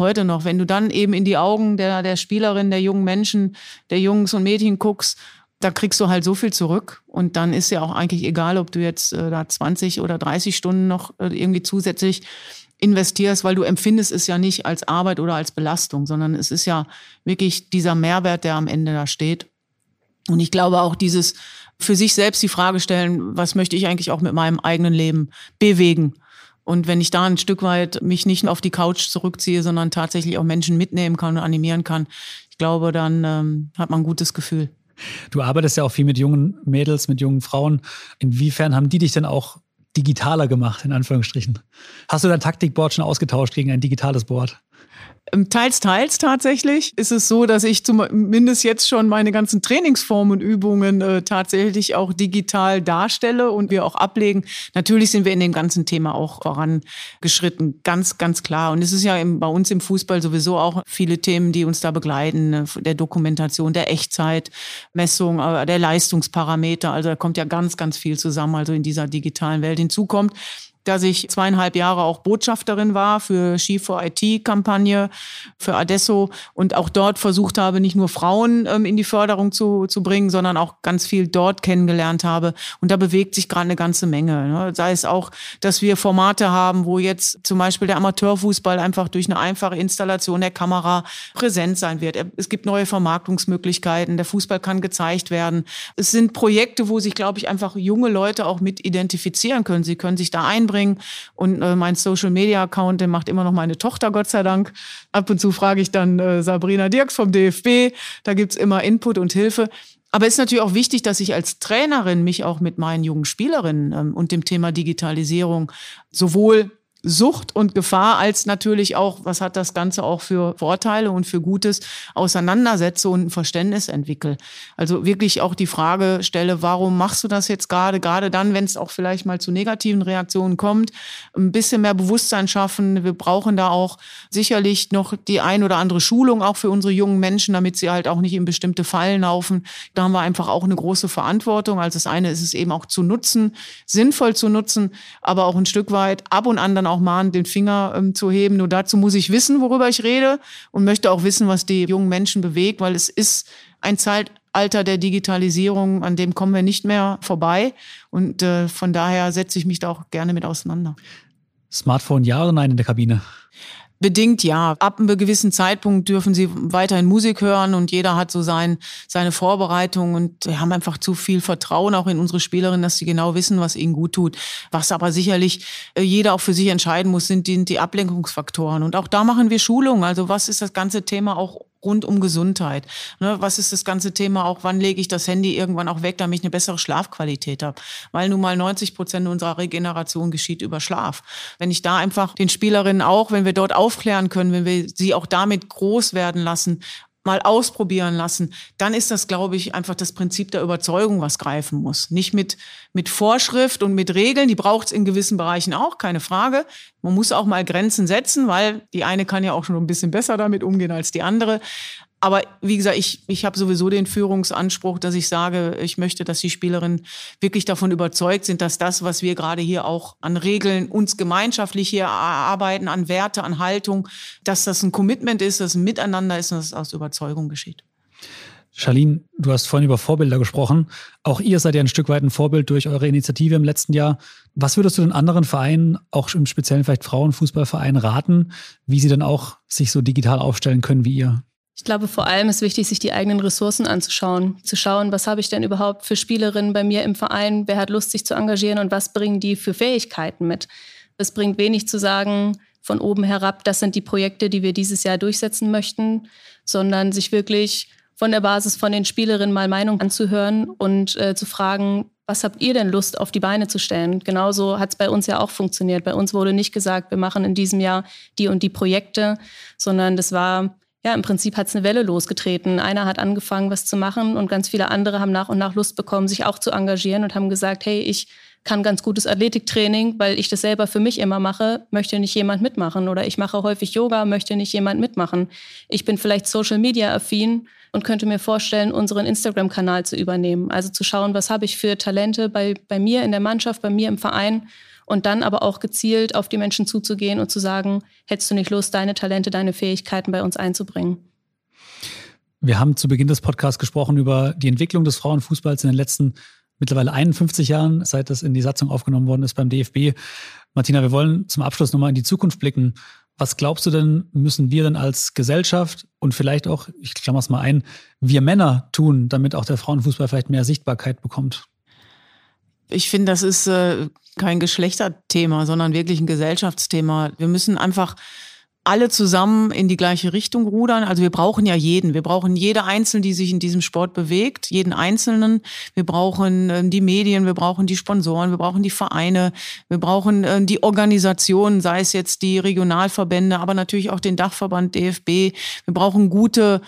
heute noch. Wenn du dann eben in die Augen der Spielerin, der jungen Menschen, der Jungs und Mädchen guckst, da kriegst du halt so viel zurück. Und dann ist ja auch eigentlich egal, ob du jetzt da 20 oder 30 Stunden noch irgendwie zusätzlich investierst, weil du empfindest es ja nicht als Arbeit oder als Belastung, sondern es ist ja wirklich dieser Mehrwert, der am Ende da steht. Und ich glaube auch dieses für sich selbst die Frage stellen, was möchte ich eigentlich auch mit meinem eigenen Leben bewegen? Und wenn ich da ein Stück weit mich nicht nur auf die Couch zurückziehe, sondern tatsächlich auch Menschen mitnehmen kann und animieren kann, ich glaube, dann hat man ein gutes Gefühl. Du arbeitest ja auch viel mit jungen Mädels, mit jungen Frauen. Inwiefern haben die dich denn auch digitaler gemacht, in Anführungsstrichen? Hast du dein Taktikboard schon ausgetauscht gegen ein digitales Board? Teils tatsächlich ist es so, dass ich zumindest jetzt schon meine ganzen Trainingsformen und Übungen tatsächlich auch digital darstelle und wir auch ablegen. Natürlich sind wir in dem ganzen Thema auch vorangeschritten, ganz, ganz klar. Und es ist ja bei uns im Fußball sowieso auch viele Themen, die uns da begleiten, der Dokumentation, der Echtzeitmessung, der Leistungsparameter. Also da kommt ja ganz, ganz viel zusammen, also in dieser digitalen Welt. Hinzu kommt, dass ich 2,5 Jahre auch Botschafterin war für She4IT-Kampagne, für Adesso und auch dort versucht habe, nicht nur Frauen in die Förderung zu bringen, sondern auch ganz viel dort kennengelernt habe. Und da bewegt sich gerade eine ganze Menge. Ne? Sei es auch, dass wir Formate haben, wo jetzt zum Beispiel der Amateurfußball einfach durch eine einfache Installation der Kamera präsent sein wird. Es gibt neue Vermarktungsmöglichkeiten, der Fußball kann gezeigt werden. Es sind Projekte, wo sich, glaube ich, einfach junge Leute auch mit identifizieren können. Sie können sich da einbringen. Und mein Social-Media-Account, den macht immer noch meine Tochter, Gott sei Dank. Ab und zu frage ich dann Sabrina Dirks vom DFB. Da gibt's immer Input und Hilfe. Aber es ist natürlich auch wichtig, dass ich als Trainerin mich auch mit meinen jungen Spielerinnen und dem Thema Digitalisierung sowohl Sucht und Gefahr als natürlich auch, was hat das Ganze auch für Vorteile und für Gutes auseinandersetze und ein Verständnis entwickle. Also wirklich auch die Frage stelle, warum machst du das jetzt gerade dann, wenn es auch vielleicht mal zu negativen Reaktionen kommt, ein bisschen mehr Bewusstsein schaffen. Wir brauchen da auch sicherlich noch die ein oder andere Schulung auch für unsere jungen Menschen, damit sie halt auch nicht in bestimmte Fallen laufen. Da haben wir einfach auch eine große Verantwortung. Also das eine ist es eben auch zu nutzen, sinnvoll zu nutzen, aber auch ein Stück weit ab und an dann auch mahnen, den Finger zu heben. Nur dazu muss ich wissen, worüber ich rede und möchte auch wissen, was die jungen Menschen bewegt, weil es ist ein Zeitalter der Digitalisierung, an dem kommen wir nicht mehr vorbei. Und von daher setze ich mich da auch gerne mit auseinander. Smartphone ja oder nein in der Kabine? Bedingt ja. Ab einem gewissen Zeitpunkt dürfen sie weiterhin Musik hören und jeder hat so seine Vorbereitung und wir haben einfach zu viel Vertrauen auch in unsere Spielerinnen, dass sie genau wissen, was ihnen gut tut. Was aber sicherlich jeder auch für sich entscheiden muss, sind die Ablenkungsfaktoren. Und auch da machen wir Schulungen. Also was ist das ganze Thema auch rund um Gesundheit? Ne, was ist das ganze Thema auch, wann lege ich das Handy irgendwann auch weg, damit ich eine bessere Schlafqualität habe? Weil nun mal 90% unserer Regeneration geschieht über Schlaf. Wenn ich da einfach den Spielerinnen auch, wenn wir dort aufklären können, wenn wir sie auch damit groß werden lassen, mal ausprobieren lassen, dann ist das, glaube ich, einfach das Prinzip der Überzeugung, was greifen muss. Nicht mit Vorschrift und mit Regeln, die braucht es in gewissen Bereichen auch, keine Frage. Man muss auch mal Grenzen setzen, weil die eine kann ja auch schon ein bisschen besser damit umgehen als die andere. Aber wie gesagt, ich habe sowieso den Führungsanspruch, dass ich sage, ich möchte, dass die Spielerinnen wirklich davon überzeugt sind, dass das, was wir gerade hier auch an Regeln uns gemeinschaftlich hier erarbeiten, an Werte, an Haltung, dass das ein Commitment ist, dass ein Miteinander ist und dass es aus Überzeugung geschieht. Charlene, du hast vorhin über Vorbilder gesprochen. Auch ihr seid ja ein Stück weit ein Vorbild durch eure Initiative im letzten Jahr. Was würdest du den anderen Vereinen, auch im Speziellen vielleicht Frauenfußballvereinen, raten, wie sie dann auch sich so digital aufstellen können wie ihr? Ich glaube, vor allem ist wichtig, sich die eigenen Ressourcen anzuschauen. Zu schauen, was habe ich denn überhaupt für Spielerinnen bei mir im Verein? Wer hat Lust, sich zu engagieren und was bringen die für Fähigkeiten mit? Es bringt wenig zu sagen, von oben herab, das sind die Projekte, die wir dieses Jahr durchsetzen möchten, sondern sich wirklich von der Basis von den Spielerinnen mal Meinung anzuhören und zu fragen, was habt ihr denn Lust auf die Beine zu stellen? Genauso hat es bei uns ja auch funktioniert. Bei uns wurde nicht gesagt, wir machen in diesem Jahr die und die Projekte, sondern das war... Ja, im Prinzip hat es eine Welle losgetreten. Einer hat angefangen, was zu machen und ganz viele andere haben nach und nach Lust bekommen, sich auch zu engagieren und haben gesagt, hey, ich kann ganz gutes Athletiktraining, weil ich das selber für mich immer mache, möchte nicht jemand mitmachen. Oder ich mache häufig Yoga, möchte nicht jemand mitmachen. Ich bin vielleicht Social-Media-affin und könnte mir vorstellen, unseren Instagram-Kanal zu übernehmen. Also zu schauen, was habe ich für Talente bei mir in der Mannschaft, bei mir im Verein und dann aber auch gezielt auf die Menschen zuzugehen und zu sagen, hättest du nicht Lust, deine Talente, deine Fähigkeiten bei uns einzubringen? Wir haben zu Beginn des Podcasts gesprochen über die Entwicklung des Frauenfußballs in den letzten mittlerweile 51 Jahren, seit das in die Satzung aufgenommen worden ist beim DFB. Martina, wir wollen zum Abschluss nochmal in die Zukunft blicken. Was glaubst du denn, müssen wir denn als Gesellschaft und vielleicht auch, ich klammer es mal ein, wir Männer tun, damit auch der Frauenfußball vielleicht mehr Sichtbarkeit bekommt? Ich finde, das ist kein Geschlechterthema, sondern wirklich ein Gesellschaftsthema. Wir müssen einfach alle zusammen in die gleiche Richtung rudern. Also wir brauchen ja jeden. Wir brauchen jede Einzelne, die sich in diesem Sport bewegt, jeden Einzelnen. Wir brauchen die Medien, wir brauchen die Sponsoren, wir brauchen die Vereine, wir brauchen die Organisationen, sei es jetzt die Regionalverbände, aber natürlich auch den Dachverband DFB. Wir brauchen gute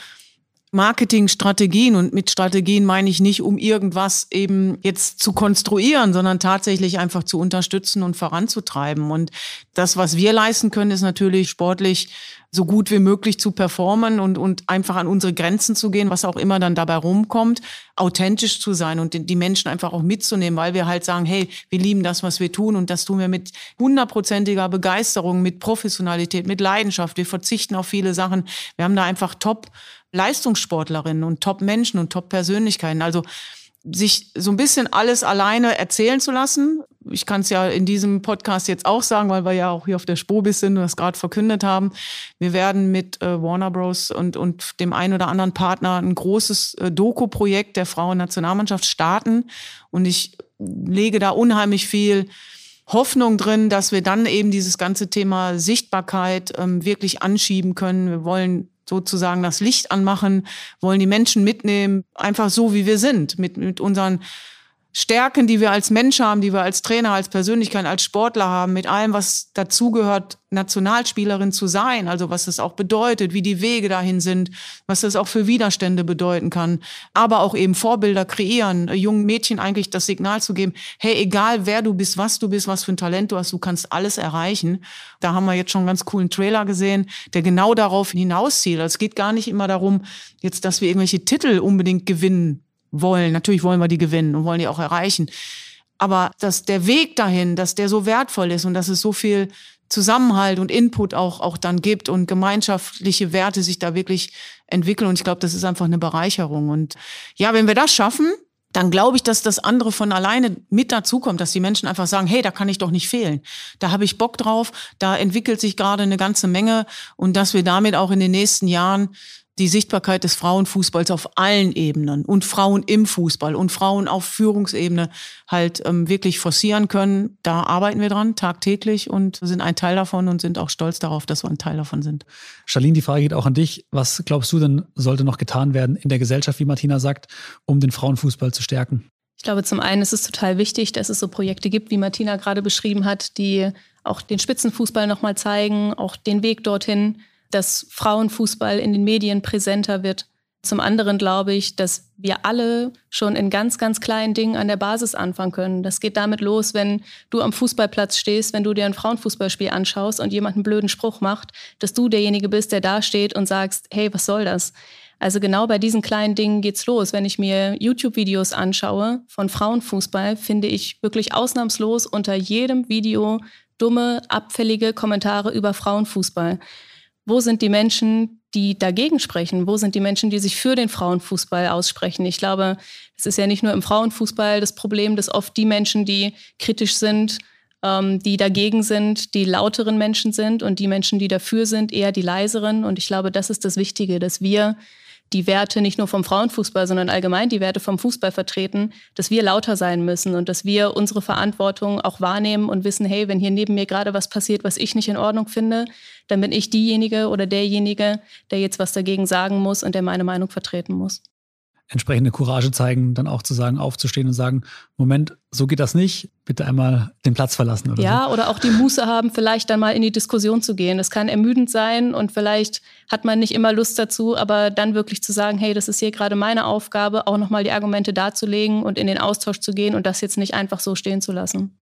Marketingstrategien, und mit Strategien meine ich nicht, um irgendwas eben jetzt zu konstruieren, sondern tatsächlich einfach zu unterstützen und voranzutreiben. Und das, was wir leisten können, ist natürlich sportlich so gut wie möglich zu performen und einfach an unsere Grenzen zu gehen, was auch immer dann dabei rumkommt, authentisch zu sein und die Menschen einfach auch mitzunehmen, weil wir halt sagen, hey, wir lieben das, was wir tun, und das tun wir mit 100%iger Begeisterung, mit Professionalität, mit Leidenschaft. Wir verzichten auf viele Sachen. Wir haben da einfach Top-Leistungssportlerinnen und Top-Menschen und Top-Persönlichkeiten. Also sich so ein bisschen alles alleine erzählen zu lassen. Ich kann es ja in diesem Podcast jetzt auch sagen, weil wir ja auch hier auf der Spobis sind und das gerade verkündet haben. Wir werden mit Warner Bros. und dem einen oder anderen Partner ein großes Doku-Projekt der Frauennationalmannschaft starten. Und ich lege da unheimlich viel Hoffnung drin, dass wir dann eben dieses ganze Thema Sichtbarkeit wirklich anschieben können. Wir wollen sozusagen das Licht anmachen, wollen die Menschen mitnehmen, einfach so, wie wir sind, mit unseren Stärken, die wir als Mensch haben, die wir als Trainer, als Persönlichkeit, als Sportler haben, mit allem, was dazugehört, Nationalspielerin zu sein, also was das auch bedeutet, wie die Wege dahin sind, was das auch für Widerstände bedeuten kann, aber auch eben Vorbilder kreieren, jungen Mädchen eigentlich das Signal zu geben, hey, egal wer du bist, was für ein Talent du hast, du kannst alles erreichen. Da haben wir jetzt schon einen ganz coolen Trailer gesehen, der genau darauf hinauszielt. Also es geht gar nicht immer darum, jetzt, dass wir irgendwelche Titel unbedingt gewinnen wollen. Natürlich wollen wir die gewinnen und wollen die auch erreichen. Aber dass der Weg dahin, dass der so wertvoll ist und dass es so viel Zusammenhalt und Input auch dann gibt und gemeinschaftliche Werte sich da wirklich entwickeln. Und ich glaube, das ist einfach eine Bereicherung. Und ja, wenn wir das schaffen, dann glaube ich, dass das andere von alleine mit dazukommt, dass die Menschen einfach sagen, hey, da kann ich doch nicht fehlen. Da habe ich Bock drauf, da entwickelt sich gerade eine ganze Menge, und dass wir damit auch in den nächsten Jahren die Sichtbarkeit des Frauenfußballs auf allen Ebenen und Frauen im Fußball und Frauen auf Führungsebene halt wirklich forcieren können. Da arbeiten wir dran, tagtäglich, und sind ein Teil davon und sind auch stolz darauf, dass wir ein Teil davon sind. Charlene, die Frage geht auch an dich. Was glaubst du denn, sollte noch getan werden in der Gesellschaft, wie Martina sagt, um den Frauenfußball zu stärken? Ich glaube, zum einen ist es total wichtig, dass es so Projekte gibt, wie Martina gerade beschrieben hat, die auch den Spitzenfußball nochmal zeigen, auch den Weg dorthin, dass Frauenfußball in den Medien präsenter wird. Zum anderen glaube ich, dass wir alle schon in ganz, ganz kleinen Dingen an der Basis anfangen können. Das geht damit los, wenn du am Fußballplatz stehst, wenn du dir ein Frauenfußballspiel anschaust und jemand einen blöden Spruch macht, dass du derjenige bist, der da steht und sagst, hey, was soll das? Also genau bei diesen kleinen Dingen geht's los. Wenn ich mir YouTube-Videos anschaue von Frauenfußball, finde ich wirklich ausnahmslos unter jedem Video dumme, abfällige Kommentare über Frauenfußball. Wo sind die Menschen, die dagegen sprechen? Wo sind die Menschen, die sich für den Frauenfußball aussprechen? Ich glaube, es ist ja nicht nur im Frauenfußball das Problem, dass oft die Menschen, die kritisch sind, die dagegen sind, die lauteren Menschen sind, und die Menschen, die dafür sind, eher die leiseren. Und ich glaube, das ist das Wichtige, dass wir die Werte nicht nur vom Frauenfußball, sondern allgemein die Werte vom Fußball vertreten, dass wir lauter sein müssen und dass wir unsere Verantwortung auch wahrnehmen und wissen, hey, wenn hier neben mir gerade was passiert, was ich nicht in Ordnung finde, dann bin ich diejenige oder derjenige, der jetzt was dagegen sagen muss und der meine Meinung vertreten muss. Entsprechende Courage zeigen, dann auch zu sagen, aufzustehen und sagen, Moment, so geht das nicht, bitte einmal den Platz verlassen oder ja, so. Oder auch die Muße haben, vielleicht dann mal in die Diskussion zu gehen. Das kann ermüdend sein und vielleicht hat man nicht immer Lust dazu, aber dann wirklich zu sagen, hey, das ist hier gerade meine Aufgabe, auch nochmal die Argumente darzulegen und in den Austausch zu gehen und das jetzt nicht einfach so stehen zu lassen.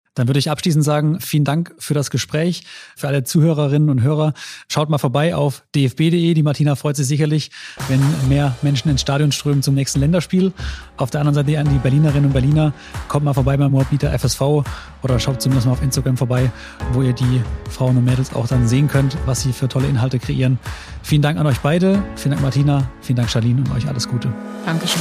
Dann würde ich abschließend sagen, vielen Dank für das Gespräch. Für alle Zuhörerinnen und Hörer, schaut mal vorbei auf dfb.de. Die Martina freut sich sicherlich, wenn mehr Menschen ins Stadion strömen zum nächsten Länderspiel. Auf der anderen Seite an die Berlinerinnen und Berliner, kommt mal vorbei beim Moabiter FSV oder schaut zumindest mal auf Instagram vorbei, wo ihr die Frauen und Mädels auch dann sehen könnt, was sie für tolle Inhalte kreieren. Vielen Dank an euch beide. Vielen Dank Martina, vielen Dank Charlene und euch alles Gute. Dankeschön.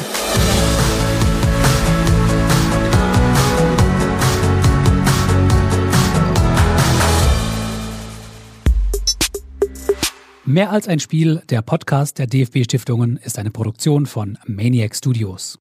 Mehr als ein Spiel, der Podcast der DFB-Stiftungen ist eine Produktion von Maniac Studios.